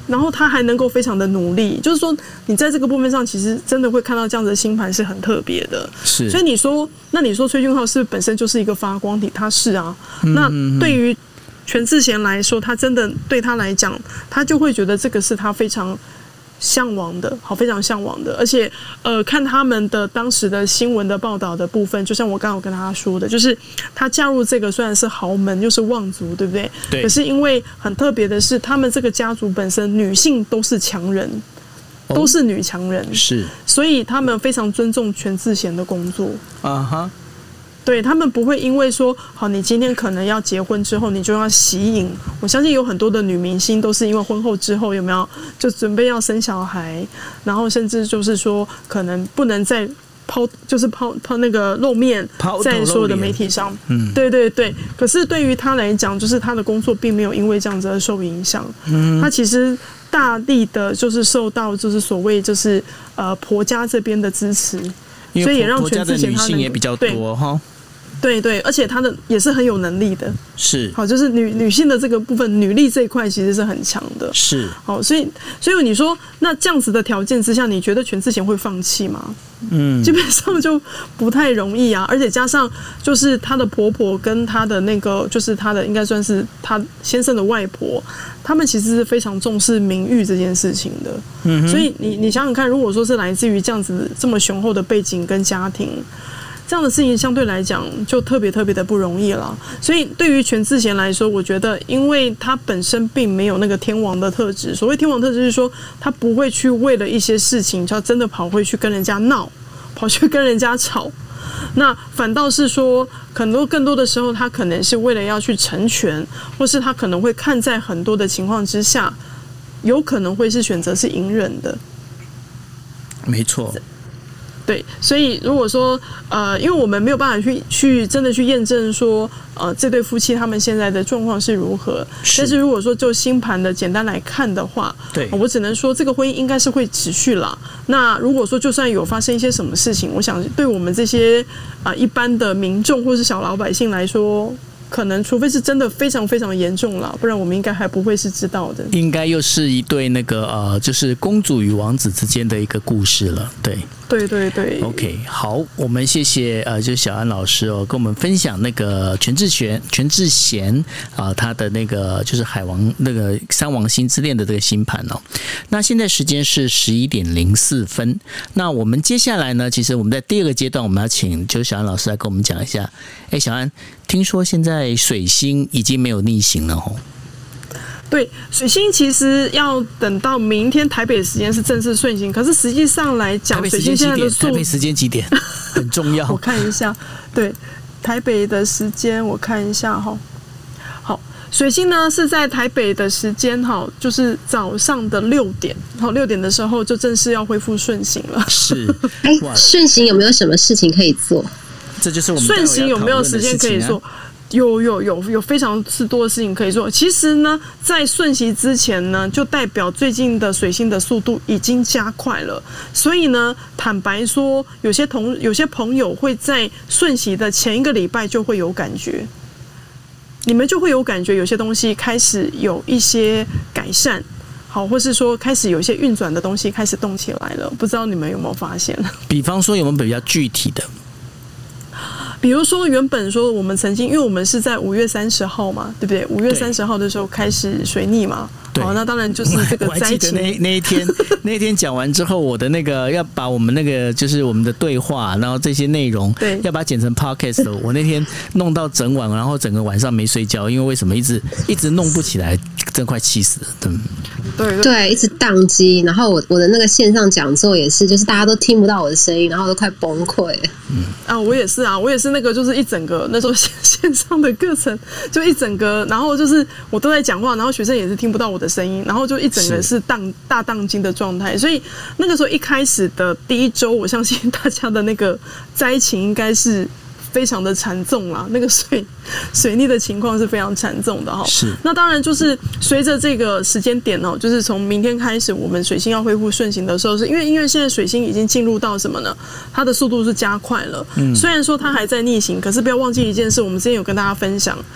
然后他还能够非常的努力，就是说你在这个部分上，其实真的会看到这样子的星盘是很特别的。 是， 所以你说，那你说崔俊浩是本身就是一个发光体，他是啊。嗯、那对于全智贤来说，他真的对他来讲，他就会觉得这个是他非常向往的，好，非常向往的。而且，呃，看他们的当时的新闻的报道的部分，就像我刚刚有跟他说的，就是他嫁入这个虽然是豪门，又是望族，对不对？ 对。 可是因为很特别的是，他们这个家族本身女性都是强人，哦、都是女强人， 是， 所以他们非常尊重全智贤的工作。 啊哈。 对，他们不会因为说好，你今天可能要结婚之后，你就要息影。我相信有很多的女明星都是因为婚后之后有没有就准备要生小孩，然后甚至就是说可能不能再抛，就是抛抛那个露面在所有的媒体上。嗯，对对对。可是对于他来讲，就是他的工作并没有因为这样子而受影响。嗯，他其实大力的就是受到就是所谓就是呃婆家这边的支持， 所以也让全智贤女性也比较多哈。 对对，而且她的也是很有能力的， 是好，就是女女性的这个部分，女力这一块其实是很强的， 是好，所以所以你说那这样子的条件之下，你觉得全智贤会放弃吗？嗯，基本上就不太容易啊，而且加上就是她的婆婆跟她的那个，就是她的应该算是她先生的外婆，他们其实是非常重视名誉这件事情的，嗯，所以你你想想看，如果说是来自于这样子这么雄厚的背景跟家庭。这样的事情相对来讲就特别特别的不容易了，所以对于全智贤来说，我觉得因为他本身并没有那个天王的特质，所谓天王特质是说他不会去为了一些事情，他真的跑会去跟人家闹，跑去跟人家吵，那反倒是说很多更多的时候，他可能是为了要去成全，或是他可能会看在很多的情况之下，有可能会是选择是隐忍的， 没错。 对，所以如果说呃，因为我们没有办法去去真的去验证说呃这对夫妻他们现在的状况是如何，是但是如果说就星盘的简单来看的话， 对、 呃，我只能说这个婚姻应该是会持续啦。那如果说就算有发生一些什么事情，我想对我们这些啊、呃、一般的民众或是小老百姓来说。可能除非是真的非常非常严重了，不然我们应该还不会是知道的。 应该又是一对那个呃，就是公主与王子之间的一个故事了，对。 对对对 ，OK， 好，我们谢谢呃，就是小安老师哦，跟我们分享那个全智贤、全智贤啊、呃，他的那个就是海王那个三王星之恋的这个星盘哦。那现在时间是十一点零四分，那我们接下来呢，其实我们在第二个阶段，我们要请就是小安老师来跟我们讲一下。哎，小安，听说现在水星已经没有逆行了哦。 对，水星其实要等到明天台北时间是正式顺行，可是实际上来讲，水星现在的速台北时间几点？很重要。 我看一下，对，台北的时间我看一下哈。好，水星呢是在台北的时间哈，就是早上的六点，好，六点的时候就正式要恢复顺行了。 是， 哎，顺行有没有什么事情可以做？ 这就是我们顺行有没有时间可以做？有有有有非常之多的事情可以做。其实呢，在顺行之前呢，就代表最近的水星的速度已经加快了。所以呢，坦白说，有些同有些朋友会在顺行的前一个礼拜就会有感觉，你们就会有感觉，有些东西开始有一些改善。好，或是说开始有一些运转的东西开始动起来了，不知道你们有没有发现？ 比方说有没有比较具体的？ 比如说，原本说我们曾经，因为我们是在五月三十号嘛，对不对？五月三十号的时候开始水逆嘛，好，那当然就是这个灾情。 那那一天，那一天讲完之后，我的那个要把我们那个就是我们的对话，然后这些内容， 对， 要把它剪成 podcast。我那天弄到整晚，然后整个晚上没睡觉，因为为什么一直一直弄不起来，真快气死了。对对对，一直宕机，然后我我的那个线上讲座也是，就是大家都听不到我的声音，然后都快崩溃了。 嗯啊，我也是啊，我也是那个就是一整个那时候线线上的课程，就一整个，然后就是我都在讲话，然后学生也是听不到我的声音，然后就一整个是宕大宕机的状态。所以那个时候一开始的第一周，我相信大家的那个灾情应该是非常的惨重啦，那个水水逆的情况是非常惨重的哈。 是。 那当然就是随着这个时间点哦，就是从明天开始，我们水星要恢复顺行的时候，是因为因为现在水星已经进入到什么呢？它的速度是加快了。嗯。虽然说它还在逆行，可是不要忘记一件事，我们之前有跟大家分享。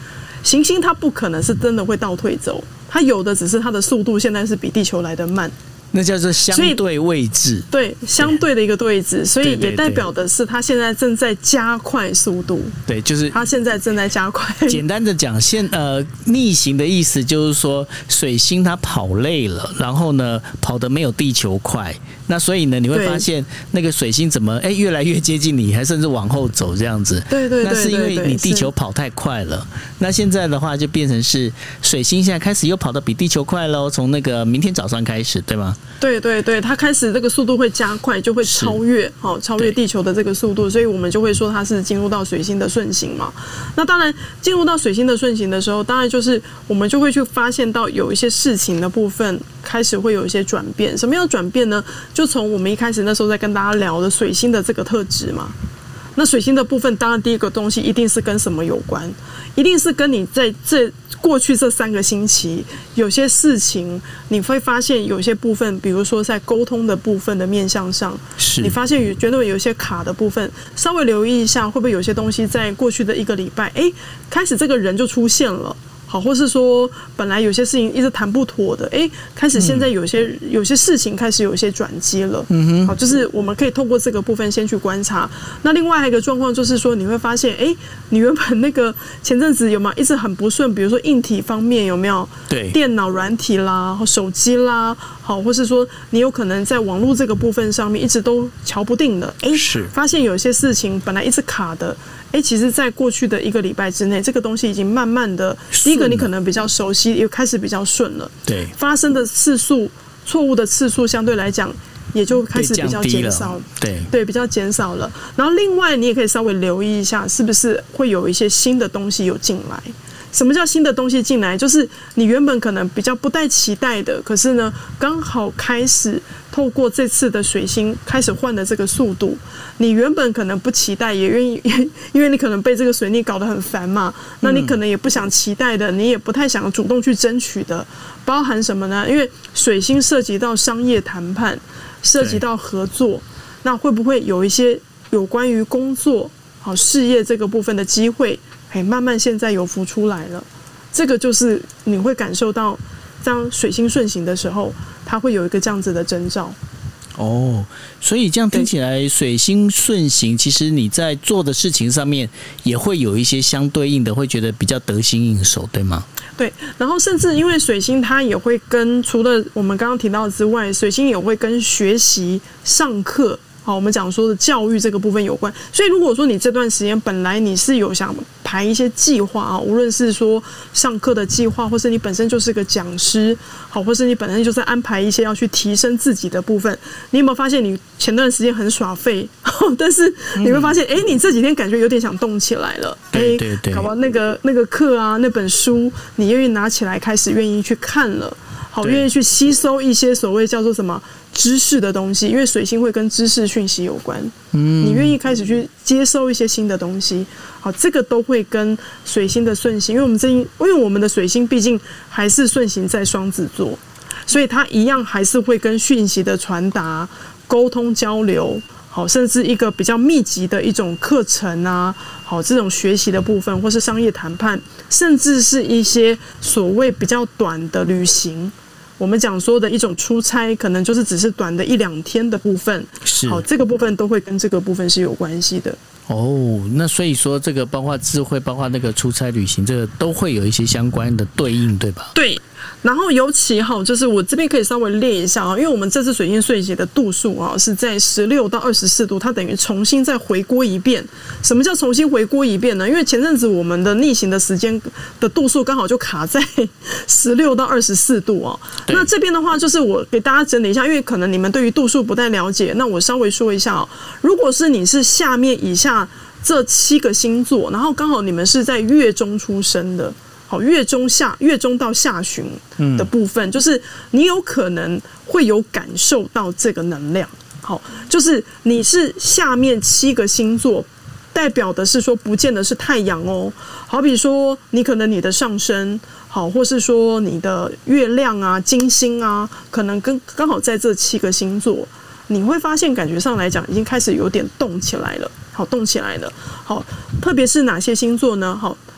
行星它不可能是真的会倒退走，它有的只是它的速度现在是比地球来得慢。 那叫做相对位置， 对，相对的一个位置，所以也代表的是它现在正在加快速度。 对，就是它现在正在加快。 简单的讲，现呃逆行的意思就是说，水星它跑累了，然后呢跑得没有地球快，那所以呢你会发现那个水星怎么哎越来越接近你，还甚至往后走这样子。 对对对， 那是因为你地球跑太快了。那现在的话就变成是水星现在开始又跑得比地球快喽，从那个明天早上开始，对吗？ 对对对，它开始这个速度会加快，就会超越哦，超越地球的这个速度，所以我们就会说它是进入到水星的顺行嘛。那当然，进入到水星的顺行的时候，当然就是我们就会去发现到有一些事情的部分开始会有一些转变。什么样的转变呢？就从我们一开始那时候在跟大家聊的水星的这个特质嘛。那水星的部分，当然第一个东西一定是跟什么有关？一定是跟你在这过去这三个星期有些事情，你会发现有些部分，比如说在沟通的部分的面向上，你发现有觉得有些卡的部分，稍微留意一下，会不会有些东西在过去的一个礼拜，哎，开始这个人就出现了。好，或是说本来有些事情一直谈不妥的，哎，开始现在有些、嗯、有些事情开始有一些转机了。嗯哼，好，就是我们可以透过这个部分先去观察。那另外还有一个状况就是说，你会发现，哎，你原本那个前阵子有没有一直很不顺？比如说硬体方面有没有？ 对， 电脑软体啦、手机啦，好，或是说你有可能在网络这个部分上面一直都瞧不定的，哎，是发现有些事情本来一直卡的。哎，其实，在过去的一个礼拜之内，这个东西已经慢慢的，第一个你可能比较熟悉，也开始比较顺了。对，发生的次数、错误的次数相对来讲，也就开始比较减少。对，对，比较减少了。然后，另外你也可以稍微留意一下，是不是会有一些新的东西有进来。什么叫新的东西进来？就是你原本可能比较不带期待的，可是呢，刚好开始透过这次的水星开始换的这个速度，你原本可能不期待，也愿意，因为你可能被这个水逆搞得很烦嘛，那你可能也不想期待的，你也不太想主动去争取的，包含什么呢？因为水星涉及到商业谈判，涉及到合作，那会不会有一些有关于工作、好事业这个部分的机会？哎，慢慢现在有浮出来了，这个就是你会感受到，当水星顺行的时候，它会有一个这样子的征兆。 哦，所以这样听起来，水星顺行，其实你在做的事情上面也会有一些相对应的，会觉得比较得心应手，对吗？ 对，然后甚至因为水星它也会跟除了我们刚刚提到之外，水星也会跟学习、上课。好，我们讲说的教育这个部分有关，所以如果说你这段时间本来你是有想排一些计划啊，无论是说上课的计划，或是你本身就是个讲师，好，或是你本身就是安排一些要去提升自己的部分，你有没有发现你前段时间很耍废，但是你会发现，哎、嗯，你这几天感觉有点想动起来了， 对对对， 搞不好那个那个课啊，那本书，你愿意拿起来开始愿意去看了。好，愿意去吸收一些所谓叫做什么知识的东西，因为水星会跟知识讯息有关。嗯，你愿意开始去接收一些新的东西，好，这个都会跟水星的顺行，因为我们这因为我们的水星毕竟还是顺行在双子座，所以它一样还是会跟讯息的传达、沟通交流。好，甚至一个比较密集的一种课程啊，好，这种学习的部分，或是商业谈判，甚至是一些所谓比较短的旅行。我们讲说的一种出差，可能就是只是短的一两天的部分，是好，这个部分都会跟这个部分是有关系的。 哦，那所以说这个包括智慧，包括那个出差旅行，这个都会有一些相关的对应，对吧？ 对。然后尤其哈，就是我这边可以稍微列一下啊，因为我们这次水星顺行的度数啊是在十六到二十四度，它等于重新再回锅一遍。什么叫重新回锅一遍呢？因为前阵子我们的逆行的时间的度数刚好就卡在十六到二十四度哦。那这边的话，就是我给大家整理一下，因为可能你们对于度数不太了解，那我稍微说一下哦。如果是你是下面以下这七个星座，然后刚好你们是在月中出生的。好，月中下月中到下旬的部分、嗯，就是你有可能会有感受到这个能量。好，就是你是下面七个星座，代表的是说不见得是太阳哦。好比说，你可能你的上升，好，或是说你的月亮啊、金星啊，可能跟刚好在这七个星座，你会发现感觉上来讲，已经开始有点动起来了。好，动起来了。好，特别是哪些星座呢？好。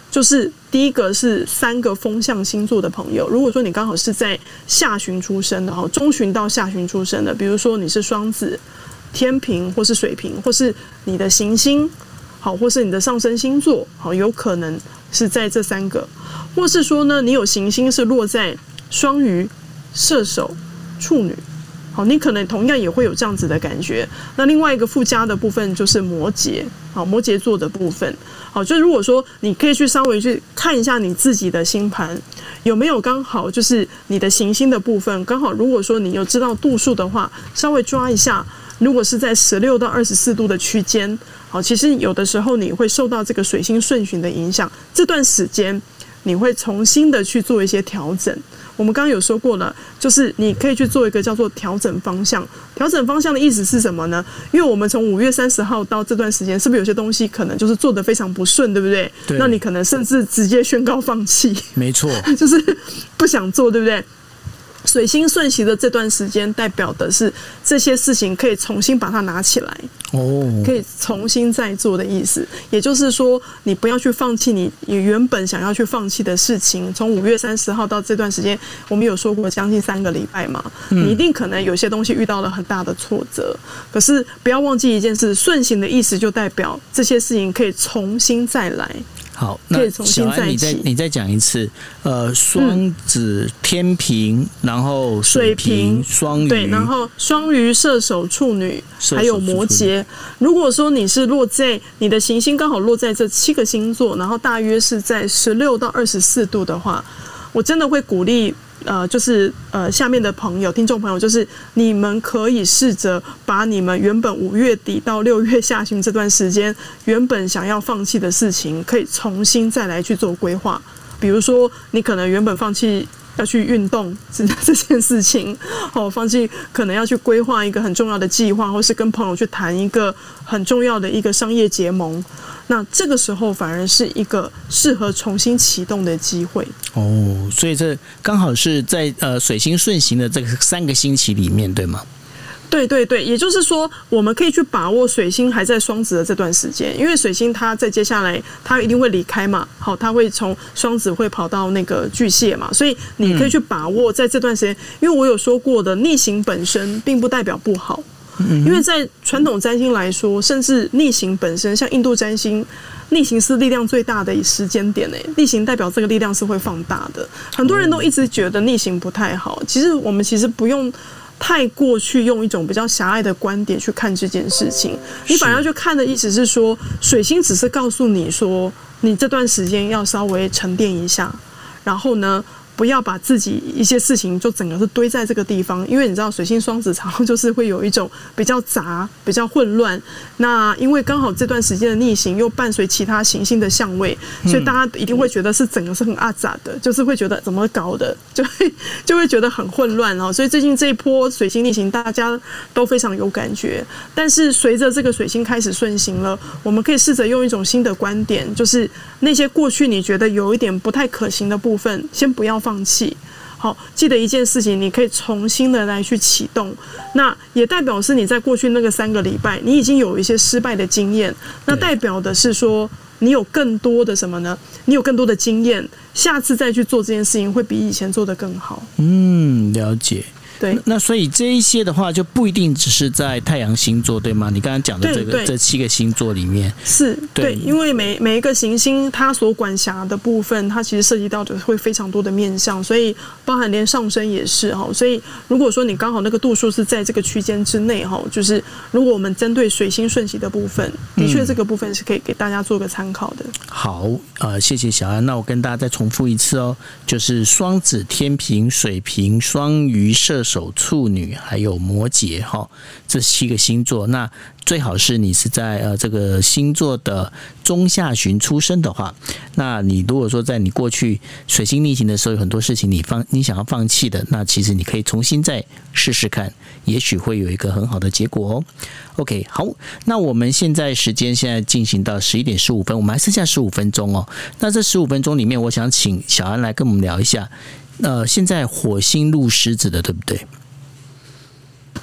就是第一个是三个风象星座的朋友，如果说你刚好是在下旬出生的哈，中旬到下旬出生的，比如说你是双子、天秤或是水瓶，或是你的行星好，或是你的上升星座好，有可能是在这三个，或是说呢，你有行星是落在双鱼、射手、处女。好，你可能同样也会有这样子的感觉。那另外一个附加的部分就是摩羯，好，摩羯座的部分。好，就如果说你可以去稍微去看一下你自己的星盘，有没有刚好就是你的行星的部分，刚好如果说你有知道度数的话，稍微抓一下。如果是在十六到二十四度的区间，好，其实有的时候你会受到这个水星顺行的影响，这段时间你会重新的去做一些调整。我们刚刚有说过了，就是你可以去做一个叫做调整方向。调整方向的意思是什么呢？因为我们从五月三十号到这段时间，是不是有些东西可能就是做得非常不顺，对不对？ 对。 那你可能甚至直接宣告放弃。 没错。 就是不想做，对不对？水星顺行的这段时间，代表的是这些事情可以重新把它拿起来，哦，可以重新再做的意思。也就是说，你不要去放弃你你原本想要去放弃的事情。从五月三十号到这段时间，我们有说过将近三个礼拜嘛，嗯、你一定可能有些东西遇到了很大的挫折。可是不要忘记一件事，顺行的意思就代表这些事情可以重新再来。 好，那小安，你再你再讲一次，呃，双子、天秤，然后水瓶、双鱼， 对，然后双鱼、射手、处女，还有摩羯。如果说你是落在你的行星刚好落在这七个星座，然后大约是在十六到二十四度的话，我真的会鼓励。呃，就是呃，下面的朋友、听众朋友，就是你们可以试着把你们原本五月底到六月下旬这段时间，原本想要放弃的事情，可以重新再来去做规划。比如说，你可能原本放弃要去运动这这件事情，哦，放弃可能要去规划一个很重要的计划，或是跟朋友去谈一个很重要的一个商业结盟。那这个时候反而是一个适合重新启动的机会哦，所以这刚好是在呃水星顺行的这个三个星期里面，对吗？ 对对对，也就是说，我们可以去把握水星还在双子的这段时间，因为水星它在接下来它一定会离开嘛，好，它会从双子会跑到那个巨蟹嘛，所以你可以去把握在这段时间，因为我有说过的，逆行本身并不代表不好。因为在传统占星来说，甚至逆行本身，像印度占星，逆行是力量最大的时间点诶，逆行代表这个力量是会放大的。很多人都一直觉得逆行不太好，其实我们其实不用太过去用一种比较狭隘的观点去看这件事情。你反而要去看的意思是说，水星只是告诉你说，你这段时间要稍微沉淀一下，然后呢，不要把自己一些事情就整个是堆在这个地方，因为你知道水星双子常常就是会有一种比较杂、比较混乱。那因为刚好这段时间的逆行又伴随其他行星的相位，所以大家一定会觉得是整个是很阿杂的，就是会觉得怎么搞的，就会就会觉得很混乱哦。所以最近这一波水星逆行，大家都非常有感觉。但是随着这个水星开始顺行了，我们可以试着用一种新的观点，就是那些过去你觉得有一点不太可行的部分，先不要放。放弃，好，记得一件事情，你可以重新的来去启动。那也代表是你在过去那个三个礼拜，你已经有一些失败的经验。那代表的是说，你有更多的什么呢？你有更多的经验，下次再去做这件事情，会比以前做得更好。 嗯，了解。 对， 那所以这一些的话就不一定只是在太阳星座，对吗？你刚刚讲的这个这七个星座里面是 对, 对，因为每每一个行星它所管辖的部分，它其实涉及到的会非常多的面向，所以包含连上升也是哈。所以如果说你刚好那个度数是在这个区间之内哈，就是如果我们针对水星顺行的部分，的确这个部分是可以给大家做个参考的。 好，呃，谢谢小安。那我跟大家再重复一次哦，就是双子、天秤、水瓶、双鱼、射手、处女还有摩羯哈，这七个星座。那最好是你是在呃这个星座的中下旬出生的话，那你如果说在你过去水星逆行的时候有很多事情你放你想要放弃的，那其实你可以重新再试试看，也许会有一个很好的结果哦。OK， 好，那我们现在时间现在进行到十一点十五分，我们还剩下十五分钟哦。那这十五分钟里面，我想请小安来跟我们聊一下，呃，现在火星入狮子的，对不对？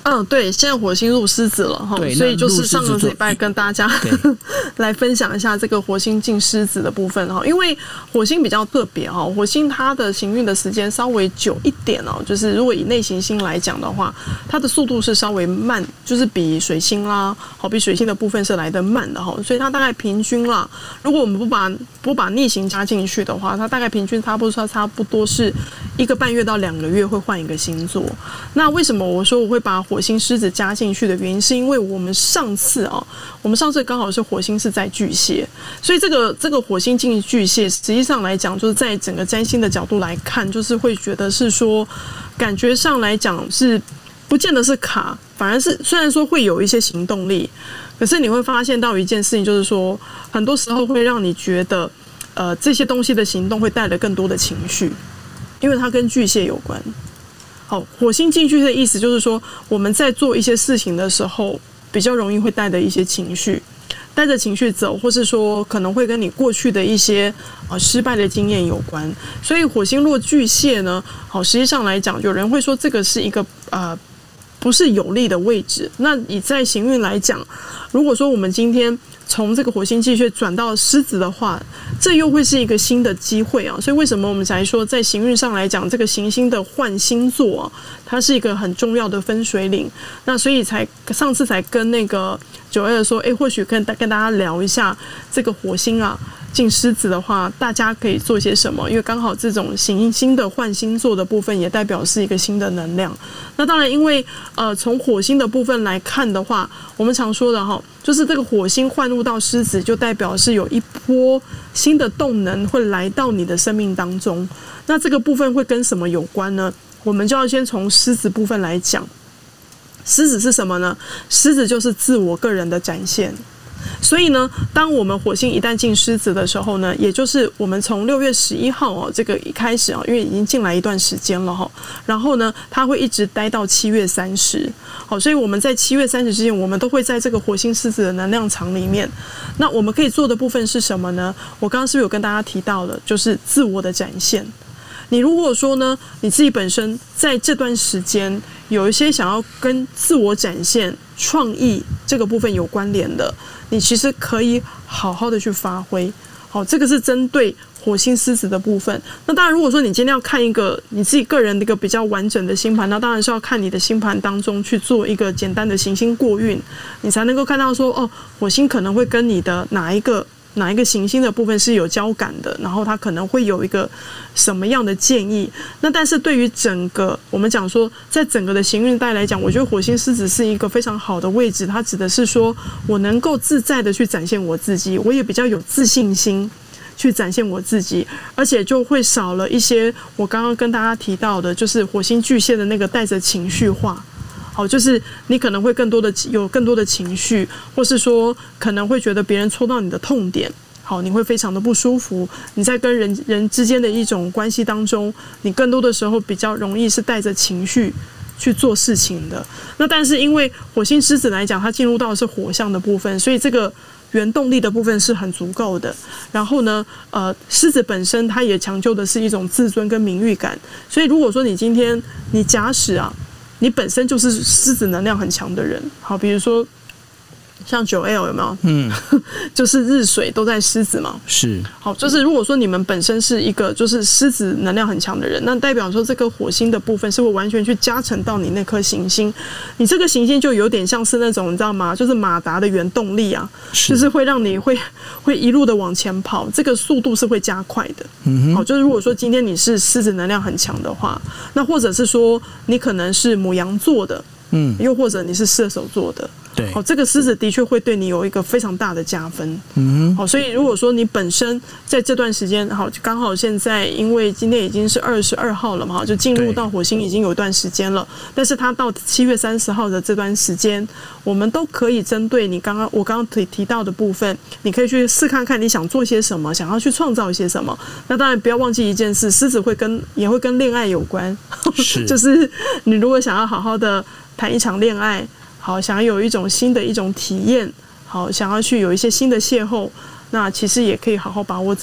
嗯，对，现在火星入狮子了哈，所以就是上个礼拜跟大家来分享一下这个火星进狮子的部分哈。因为火星比较特别哈，火星它的行运的时间稍微久一点哦，就是如果以内行星来讲的话，它的速度是稍微慢，就是比水星啦，好比水星的部分是来得慢的哈，所以它大概平均啦，如果我们不把不把逆行加进去的话，它大概平均差不多差不多是一个半月到两个月会换一个星座。那为什么我说我会把火星狮子加进去的原因，是因为我们上次啊，我们上次刚好是火星是在巨蟹，所以这个这个火星进巨蟹，实际上来讲，就是在整个占星的角度来看，就是会觉得是说，感觉上来讲是不见得是卡，反而是虽然说会有一些行动力，可是你会发现到一件事情，就是说，很多时候会让你觉得，呃，这些东西的行动会带来更多的情绪，因为它跟巨蟹有关。好，火星进去的意思就是说，我们在做一些事情的时候，比较容易会带着一些情绪，带着情绪走，或是说可能会跟你过去的一些呃失败的经验有关。所以火星落巨蟹呢，好，实际上来讲，有人会说这个是一个呃不是有利的位置。那你在行运来讲，如果说我们今天从这个火星巨蟹转到狮子的话，这又会是一个新的机会啊！所以为什么我们才说在行运上来讲，这个行星的换星座啊，它是一个很重要的分水岭。那所以才上次才跟那个九二说，哎，或许跟跟大家聊一下这个火星啊进狮子的话，大家可以做些什么？因为刚好这种行星的换星座的部分，也代表是一个新的能量。那当然，因为呃从火星的部分来看的话，我们常说的哈，就是这个火星换入到狮子，就代表是有一波新的动能会来到你的生命当中。那这个部分会跟什么有关呢？我们就要先从狮子部分来讲。狮子是什么呢？狮子就是自我个人的展现。所以呢，当我们火星一旦进狮子的时候呢，也就是我们从六月十一号哦，这个一开始啊，因为已经进来一段时间了哈，然后呢，它会一直待到七月三十，好，所以我们在七月三十之前，我们都会在这个火星狮子的能量场里面。那我们可以做的部分是什么呢？我刚刚是不是有跟大家提到的，就是自我的展现。你如果说呢，你自己本身在这段时间有一些想要跟自我展现、创意这个部分有关联的，你其实可以好好的去发挥。好，这个是针对火星狮子的部分。那当然，如果说你今天要看一个你自己个人的一个比较完整的星盘，那当然是要看你的星盘当中去做一个简单的行星过运，你才能够看到说，哦，火星可能会跟你的哪一个。哪一个行星的部分是有交感的，然后它可能会有一个什么样的建议。那但是对于整个我们讲说，在整个的行运带来讲，我觉得火星狮子是一个非常好的位置。它指的是说我能够自在的去展现我自己，我也比较有自信心去展现我自己，而且就会少了一些我刚刚跟大家提到的，就是火星巨蟹的那个带着情绪化。好，就是你可能会更多的有更多的情绪，或是说可能会觉得别人戳到你的痛点，好，你会非常的不舒服。你在跟人人之间的一种关系当中，你更多的时候比较容易是带着情绪去做事情的。那但是因为火星狮子来讲，它进入到的是火象的部分，所以这个原动力的部分是很足够的。然后呢，呃，狮子本身它也强求的是一种自尊跟名誉感。所以如果说你今天你假使啊。你本身就是狮子能量很强的人，好，比如说像九 L 有没有？嗯，就是日水都在狮子嘛。 是。 好，就是如果说你们本身是一个就是狮子能量很强的人，那代表说这个火星的部分是会完全去加成到你那颗行星，你这个行星就有点像是那种你知道吗？就是马达的原动力啊，是就是会让你会会一路的往前跑，这个速度是会加快的。嗯哼。好，就是如果说今天你是狮子能量很强的话，那或者是说你可能是牡羊座的。嗯，又或者你是射手座的， 对， 好，这个狮子的确会对你有一个非常大的加分。嗯，好，所以如果说你本身在这段时间，好，刚好现在因为今天已经是二十二号了嘛，就进入到火星已经有一段时间了，但是它到七月三十号的这段时间，我们都可以针对你刚刚我刚刚提提到的部分，你可以去试看看你想做些什么，想要去创造一些什么。那当然不要忘记一件事，狮子会跟也会跟恋爱有关，是就是你如果想要好好的谈一场恋爱，好，想要有一种新的一种体验，好，想要去有一些新的邂逅，那其实也可以好好把握这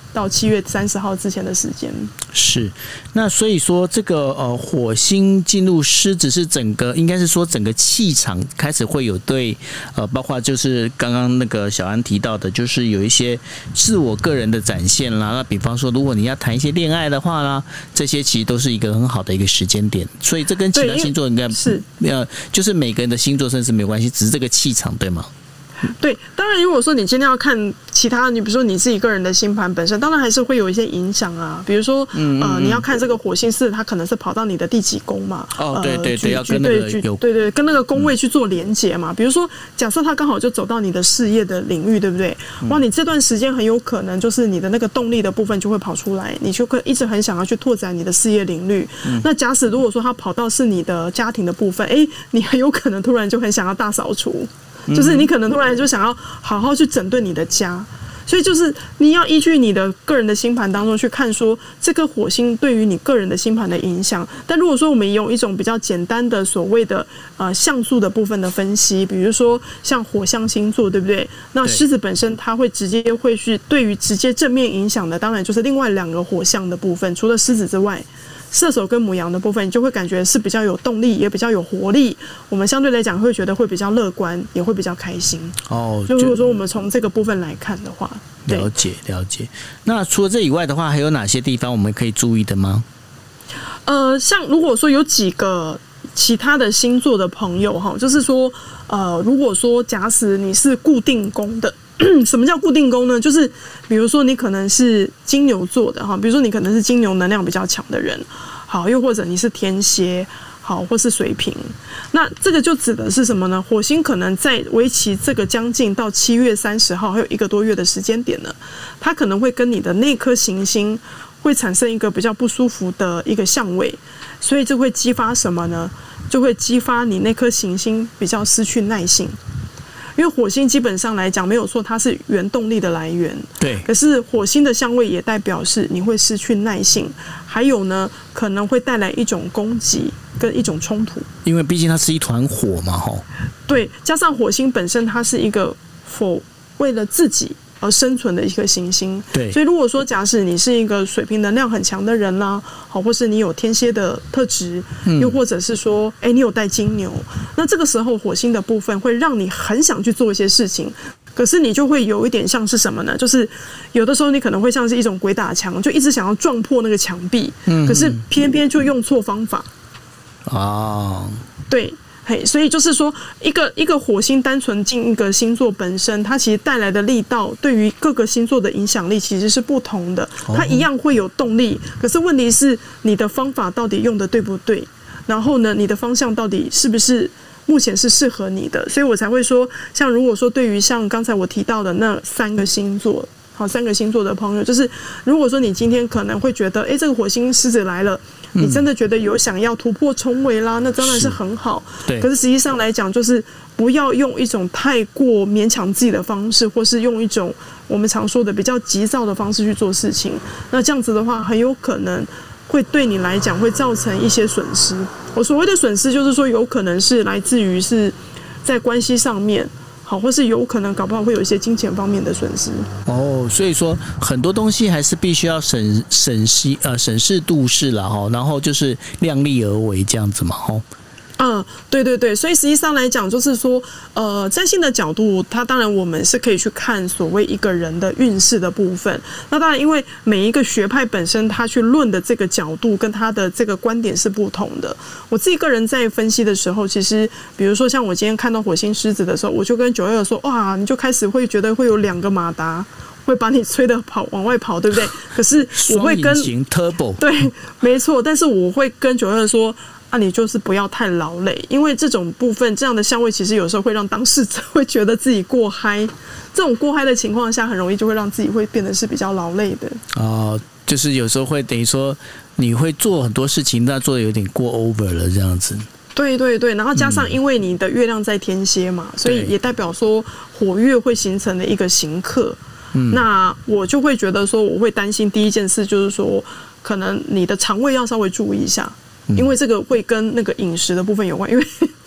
到七月三十号之前的时间。 是，那所以说这个呃火星进入狮子是整个应该是说整个气场开始会有对呃包括就是刚刚那个小安提到的，就是有一些自我个人的展现啦。那比方说如果你要谈一些恋爱的话啦，这些其实都是一个很好的一个时间点。所以这跟其他星座应该是呃就是每个人的星座甚至没有关系，只是这个气场对吗？ 对，当然如果说你今天要看其他，你比如说你自己个人的星盘本身，当然还是会有一些影响啊。比如说，嗯嗯呃，你要看这个火星四，它可能是跑到你的第几宫嘛？ 哦，对对对，要跟那个有对对，跟那个宫位去做连结嘛。比如说，假设它刚好就走到你的事业的领域，对不对？哇，你这段时间很有可能就是你的那个动力的部分就会跑出来，你就可以一直很想要去拓展你的事业领域。嗯、那假使如果说它跑到是你的家庭的部分，哎，你很有可能突然就很想要大扫除。就是你可能突然就想要好好去整顿你的家，所以就是你要依据你的个人的星盘当中去看说这个火星对于你个人的星盘的影响。但如果说我们用一种比较简单的所谓的呃像素的部分的分析，比如说像火象星座，对不对？那狮子本身它会直接会去对于直接正面影响的，当然就是另外两个火象的部分，除了狮子之外。射手跟牡羊的部分，你就会感觉是比较有动力，也比较有活力。我们相对来讲会觉得会比较乐观，也会比较开心。哦，就如果说我们从这个部分来看的话， 了解了解。那除了这以外的话，还有哪些地方我们可以注意的吗？ 呃，像如果说有几个其他的星座的朋友哈，就是说，呃，如果说假使你是固定宫的。什么叫固定宫呢？就是比如说你可能是金牛座的哈，比如说你可能是金牛能量比较强的人，好，又或者你是天蝎，好，或是水瓶，那这个就指的是什么呢？火星可能在为期这个将近到七月三十号，还有一个多月的时间点呢，它可能会跟你的那颗行星会产生一个比较不舒服的一个相位，所以这会激发什么呢？就会激发你那颗行星比较失去耐性。因为火星基本上来讲没有说它是原动力的来源， 对。 可是火星的相位也代表是你会失去耐性，还有呢可能会带来一种攻击跟一种冲突。 因为毕竟它是一团火嘛，吼。 对，加上火星本身它是一个否为了自己而生存的一个行星， 对。 所以如果说假使你是一个水瓶能量很强的人啦，好，或是你有天蝎的特质，嗯、又或者是说，哎，你有带金牛，那这个时候火星的部分会让你很想去做一些事情，可是你就会有一点像是什么呢？就是有的时候你可能会像是一种鬼打墙，就一直想要撞破那个墙壁，嗯、可是偏偏就用错方法。哦，对。嘿，所以就是说，一个一个火星单纯进一个星座本身，它其实带来的力道，对于各个星座的影响力其实是不同的。它一样会有动力，可是问题是你的方法到底用的对不对？然后呢，你的方向到底是不是目前是适合你的？所以我才会说，像如果说对于像刚才我提到的那三个星座。好，三个星座的朋友，就是如果说你今天可能会觉得，哎，这个火星狮子来了，嗯、你真的觉得有想要突破重围啦，那当然是很好。对。可是实际上来讲，就是不要用一种太过勉强自己的方式，或是用一种我们常说的比较急躁的方式去做事情。那这样子的话，很有可能会对你来讲会造成一些损失。我所谓的损失，就是说有可能是来自于是在关系上面。好，或是有可能搞不好会有一些金钱方面的损失。 哦，所以说很多东西还是必须要审审析呃审视度势啦哈，然后就是量力而为这样子嘛哈。 嗯，对对对，所以实际上来讲，就是说，呃，占星的角度，它当然我们是可以去看所谓一个人的运势的部分。那当然，因为每一个学派本身，他去论的这个角度跟他的这个观点是不同的。我自己个人在分析的时候，其实，比如说像我今天看到火星狮子的时候，我就跟九二说，哇，你就开始会觉得会有两个马达。会把你吹得跑往外跑，对不对？可是我会跟双引擎 turbo 对，没错。但是我会跟九二说啊，你就是不要太劳累，因为这种部分这样的相位，其实有时候会让当事者会觉得自己过嗨。这种过嗨的情况下，很容易就会让自己会变得是比较劳累的。 哦、呃，就是有时候会等于说你会做很多事情，但做的有点过 over 了这样子。 对对对，然后加上因为你的月亮在天蝎嘛，嗯、所以也代表说火月会形成的一个刑克。嗯、那我就会觉得说，我会担心第一件事就是说，可能你的肠胃要稍微注意一下，嗯、因为这个会跟那个饮食的部分有关。因为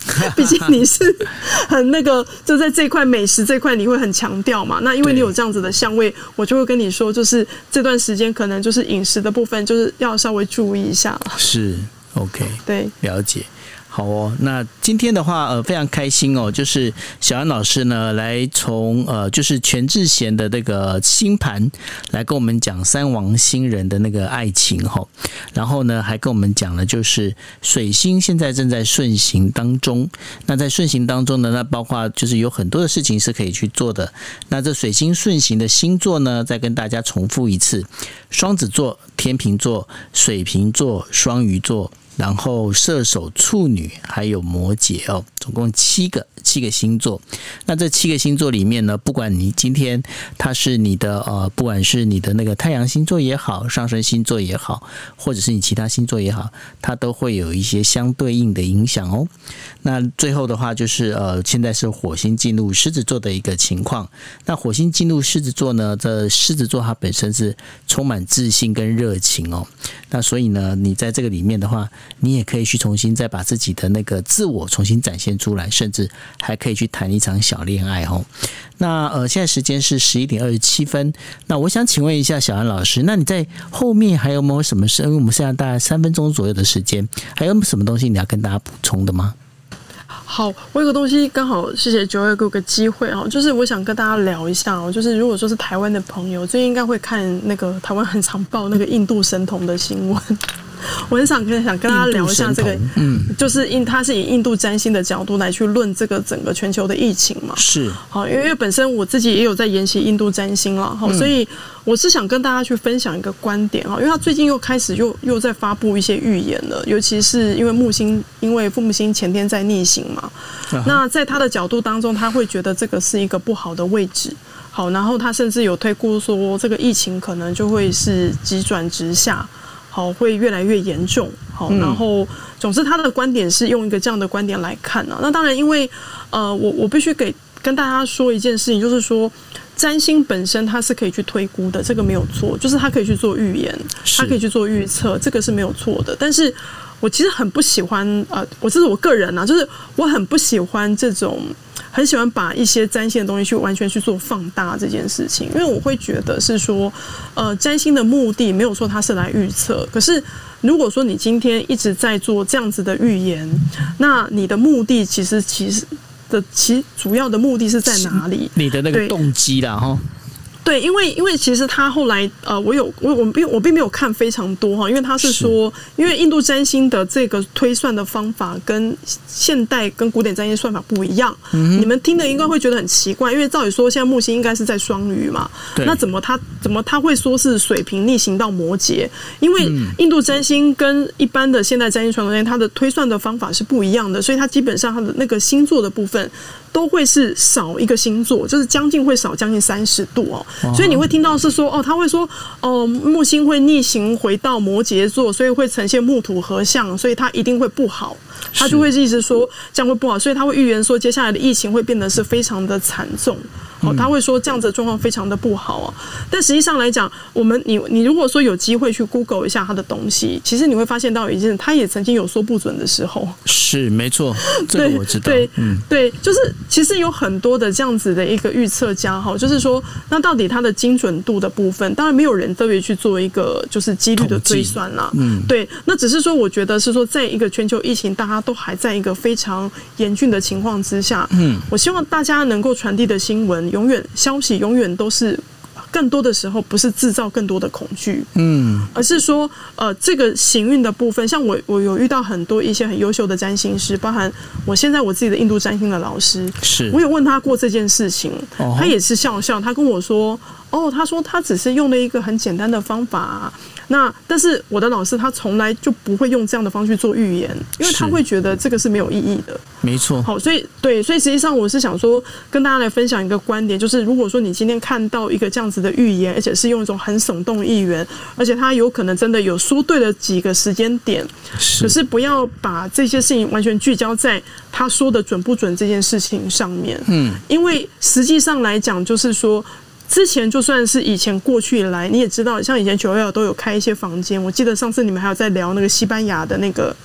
毕竟你是很那个，就在这块美食这块你会很强调嘛。那因为你有这样子的香味，我就会跟你说，就是这段时间可能就是饮食的部分，就是要稍微注意一下了。 是 OK， 对， 了解。好哦，那今天的话，呃，非常开心哦，就是小安老师呢，来从呃，就是全智贤的那个星盘来跟我们讲三王星人的那个爱情哈、哦，然后呢，还跟我们讲了，就是水星现在正在顺行当中，那在顺行当中呢，那包括就是有很多的事情是可以去做的。那这水星顺行的星座呢，再跟大家重复一次：双子座、天秤座、水瓶座、双鱼座。然后射手、处女还有摩羯哦，总共七个七个星座。那这七个星座里面呢，不管你今天它是你的呃，不管是你的那个太阳星座也好，上升星座也好，或者是你其他星座也好，它都会有一些相对应的影响哦。那最后的话就是呃，现在是火星进入狮子座的一个情况。那火星进入狮子座呢，这狮子座它本身是充满自信跟热情哦。那所以呢，你在这个里面的话，你也可以去重新再把自己的那个自我重新展现出来，甚至还可以去谈一场小恋爱哦。那呃，现在时间是十一点二十七分。那我想请问一下小安老师，那你在后面还有没有什么事？因为我们现在大概三分钟左右的时间，还有什么东西你要跟大家补充的吗？ 好，我有个东西刚好谢谢九月给我个机会哦，就是我想跟大家聊一下哦，就是如果说是台湾的朋友，最近应该会看那个台湾很常报那个印度神童的新闻。我很想跟想跟大家聊一下这个，嗯，就是印它是以印度占星的角度来去论这个整个全球的疫情嘛， 是好，因为本身我自己也有在研习印度占星了，好、嗯，所以我是想跟大家去分享一个观点哈，因为他最近又开始又又在发布一些预言了，尤其是因为木星，因为木星前天在逆行嘛，啊、那在他的角度当中，他会觉得这个是一个不好的位置。好，然后他甚至有推估说，这个疫情可能就会是急转直下。好，会越来越严重。好，然后总之他的观点是用一个这样的观点来看啊。那当然，因为呃，我我必须给跟大家说一件事情，就是说占星本身它是可以去推估的，这个没有错，就是它可以去做预言，它可以去做预测，这个是没有错的。但是我其实很不喜欢，呃，我这是我个人啊，就是我很不喜欢这种。很喜欢把一些占星的东西去完全去做放大这件事情，因为我会觉得是说，呃，占星的目的没有说它是来预测，可是如果说你今天一直在做这样子的预言，那你的目的其实其实的其主要的目的是在哪里？ 你的那个动机啦，哈。 对，因为因为其实他后来呃，我有我我并我并没有看非常多哈，因为他是说，因为印度占星的这个推算的方法跟现代跟古典占星算法不一样，嗯、你们听的应该会觉得很奇怪，因为照理说现在木星应该是在双鱼嘛，那怎么他怎么他会说是水瓶逆行到摩羯？因为印度占星跟一般的现代占星传统占星，它的推算的方法是不一样的，所以它基本上它的那个星座的部分。都会是少一个星座，就是将近会少将近三十度哦，所以你会听到是说哦，他会说哦，木星会逆行回到摩羯座，所以会呈现木土合相，所以它一定会不好，他就会一直说这样会不好，所以他会预言说接下来的疫情会变得是非常的惨重。哦，他会说这样子的状况非常的不好啊，但实际上来讲，我们你你如果说有机会去 Google 一下他的东西，其实你会发现到一件，他也曾经有说不准的时候。 是没错，这个我知道。 对，嗯，对，就是其实有很多的这样子的一个预测家哈，就是说，那到底它的精准度的部分，当然没有人特别去做一个就是几率的推算啦。嗯，对，那只是说，我觉得是说，在一个全球疫情大家都还在一个非常严峻的情况之下，嗯，我希望大家能够传递的新闻。永远消息永远都是更多的时候不是制造更多的恐惧，嗯，而是说呃这个行运的部分，像我我有遇到很多一些很优秀的占星师，包含我现在我自己的印度占星的老师，是我有问他过这件事情，哦、他也是笑笑，他跟我说，哦，他说他只是用了一个很简单的方法、啊。那但是我的老师他从来就不会用这样的方式去做预言，因为他会觉得这个是没有意义的。 没错。 好，所以对，所以实际上我是想说，跟大家来分享一个观点，就是如果说你今天看到一个这样子的预言，而且是用一种很耸动意愿，而且他有可能真的有说对了几个时间点，是可是不要把这些事情完全聚焦在他说的准不准这件事情上面。嗯，因为实际上来讲，就是说。之前就算是以前过去以来，你也知道，像以前九幺幺都有开一些房间。我记得上次你们还有在聊那个西班牙的那个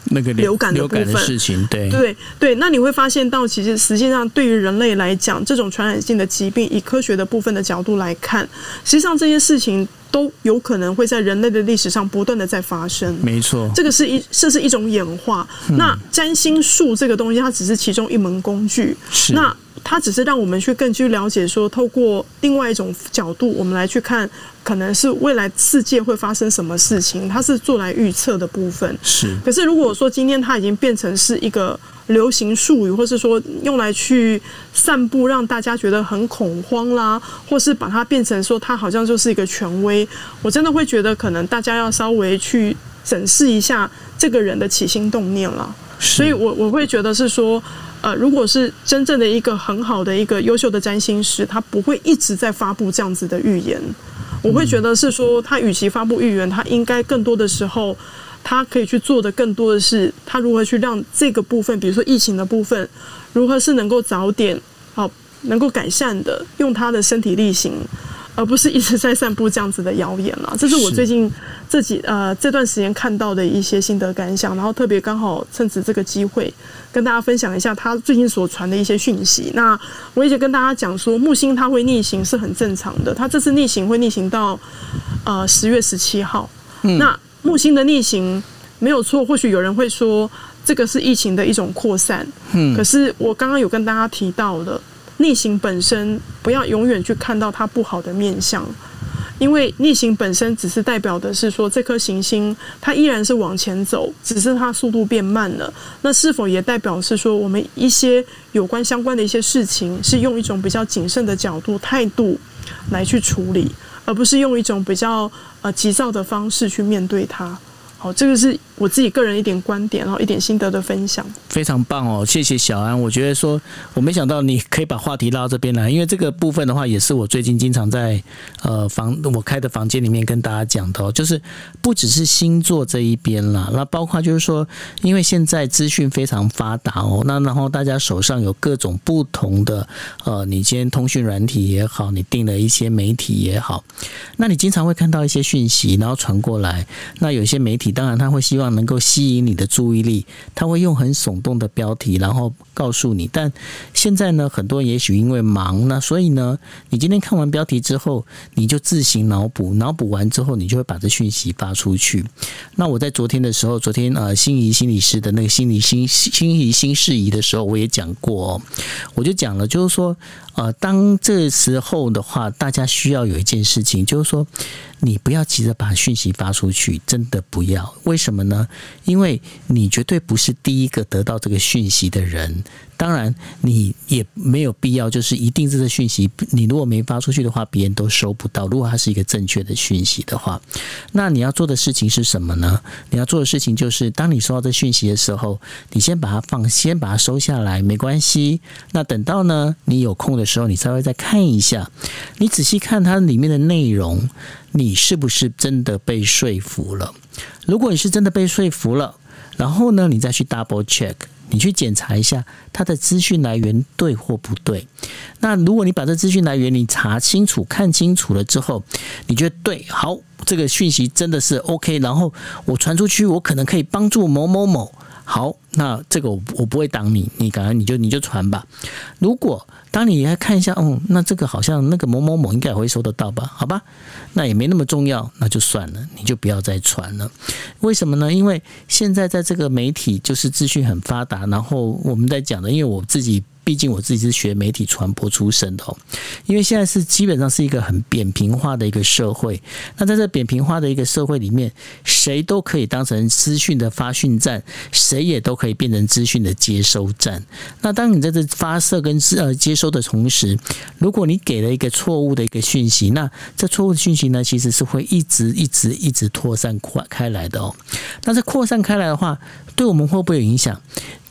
那个流感的部分流感的事情，对对对，那你会发现到，其实实际上对于人类来讲，这种传染性的疾病，以科学的部分的角度来看，实际上这些事情都有可能会在人类的历史上不断的在发生。 没错， 这个是一这是一种演化。嗯、那占星术这个东西，它只是其中一门工具。 是那它只是让我们去更去了解说，透过另外一种角度，我们来去看，可能是未来世界会发生什么事情，它是做来预测的部分。 是。 可是如果说今天它已经变成是一个流行术语，或是说用来去散布，让大家觉得很恐慌啦，或是把它变成说它好像就是一个权威，我真的会觉得可能大家要稍微去审视一下这个人的起心动念了。所以我我会觉得是说，呃，如果是真正的一个很好的一个优秀的占星师，他不会一直在发布这样子的预言。我会觉得是说，他与其发布预言，他应该更多的时候，他可以去做的更多的是，他如何去让这个部分，比如说疫情的部分，如何是能够早点好能够改善的，用他的身体力行。而不是一直在散布这样子的谣言啦，这是我最近这几呃这段时间看到的一些心得感想，然后特别刚好趁此这个机会跟大家分享一下他最近所传的一些讯息。那我一直跟大家讲说，木星它会逆行是很正常的，它这次逆行会逆行到呃十月十七号。嗯、那木星的逆行没有错，或许有人会说这个是疫情的一种扩散，嗯，可是我刚刚有跟大家提到的。逆行本身不要永远去看到它不好的面向，因为逆行本身只是代表的是说这颗行星它依然是往前走，只是它速度变慢了。那是否也代表是说我们一些有关相关的一些事情是用一种比较谨慎的角度态度来去处理，而不是用一种比较呃急躁的方式去面对它。好，这个是我自己个人一点观点，然后一点心得的分享。 非常棒哦，谢谢小安。我觉得说，我没想到你可以把话题拉到这边来，因为这个部分的话，也是我最近经常在呃房我开的房间里面跟大家讲的哦，就是不只是星座这一边啦，那包括就是说，因为现在资讯非常发达哦，那然后大家手上有各种不同的呃，你今天通讯软体也好，你订了一些媒体也好，那你经常会看到一些讯息，然后传过来，那有些媒体。当然他会希望能够吸引你的注意力，他会用很耸动的标题然后告诉你，但现在呢很多人也许因为忙，那所以呢你今天看完标题之后你就自行脑补，脑补完之后你就会把这讯息发出去。那我在昨天的时候，昨天呃心仪心理师的那个心理心心仪心事宜的时候我也讲过哦，我就讲了就是说呃当这时候的话，大家需要有一件事情，就是说你不要急着把讯息发出去，真的不要。为什么呢？因为你绝对不是第一个得到这个讯息的人，当然你也没有必要就是一定这个讯息你如果没发出去的话别人都收不到，如果它是一个正确的讯息的话，那你要做的事情是什么呢？你要做的事情就是当你收到这讯息的时候，你先把它放先把它收下来，没关系，那等到呢你有空的时候你稍微再看一下，你仔细看它里面的内容，你是不是真的被说服了？如果你是真的被说服了，然后呢你再去 double check， 你去检查一下它的资讯来源对或不对。那如果你把这资讯来源你查清楚看清楚了之后，你觉得对，好，这个讯息真的是 OK， 然后我传出去我可能可以帮助某某某，好，那这个我我不会挡你，你赶快你就你就传吧。如果当你来看一下，哦，那这个好像那个某某某应该也会收得到吧？好吧，那也没那么重要，那就算了，你就不要再传了。为什么呢？因为现在在这个媒体就是资讯很发达，然后我们在讲的，因为我自己。毕竟我自己是学媒体传播出身的哦，因为现在是基本上是一个很扁平化的一个社会。那在这扁平化的一个社会里面，谁都可以当成资讯的发讯站，谁也都可以变成资讯的接收站。那当你在这发射跟呃接收的同时，如果你给了一个错误的一个讯息，那这错误的讯息呢，其实是会一直一直一直扩散开来的哦。那这扩散开来的话，对我们会不会有影响？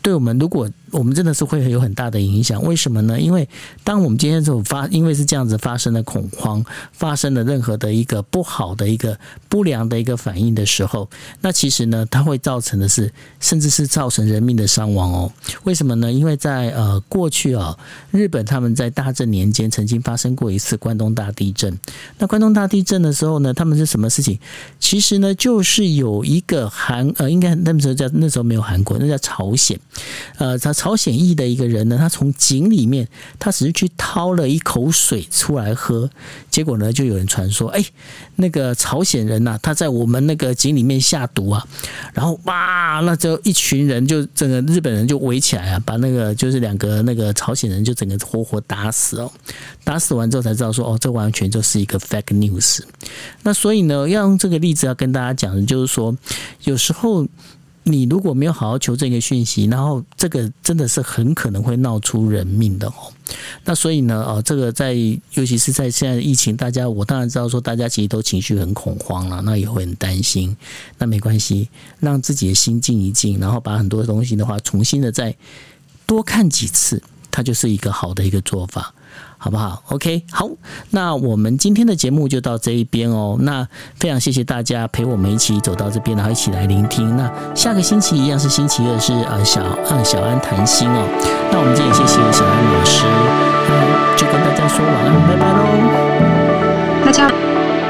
对我们如果我们真的是会有很大的影响。为什么呢？因为当我们今天这种发，因为是这样子发生了恐慌，发生了任何的一个不好的一个不良的一个反应的时候，那其实呢，它会造成的是，甚至是造成人命的伤亡哦。为什么呢？因为在呃过去啊，日本他们在大正年间曾经发生过一次关东大地震。那关东大地震的时候呢，他们是什么事情？其实呢，就是有一个韩呃，应该那时候叫那时候没有韩国，那叫朝鲜，呃，他朝鲜裔的一个人呢，他从井里面，他只是去掏了一口水出来喝，结果呢，就有人传说，哎，那个朝鲜人呐、啊，他在我们那个井里面下毒啊，然后哇，那就一群人就整个日本人就围起来啊，把那个就是两个那个朝鲜人就整个活活打死哦，打死完之后才知道说，哦，这完全就是一个 fake news。那所以呢，要用这个例子要跟大家讲的就是说，有时候你如果没有好好求证一个讯息，然后这个真的是很可能会闹出人命的哦。那所以呢，呃，这个在尤其是在现在的疫情，大家我当然知道说大家其实都情绪很恐慌了，那也会很担心。那没关系，让自己的心静一静，然后把很多东西的话重新的再多看几次，它就是一个好的一个做法。好不好 ？OK， 好，那我们今天的节目就到这一边哦。那非常谢谢大家陪我们一起走到这边，然后一起来聆听。那下个星期一样是星期二，是呃小呃小安谈心哦。那我们今天也谢谢小安老师，那就跟大家说晚安，拜拜喽， 大家。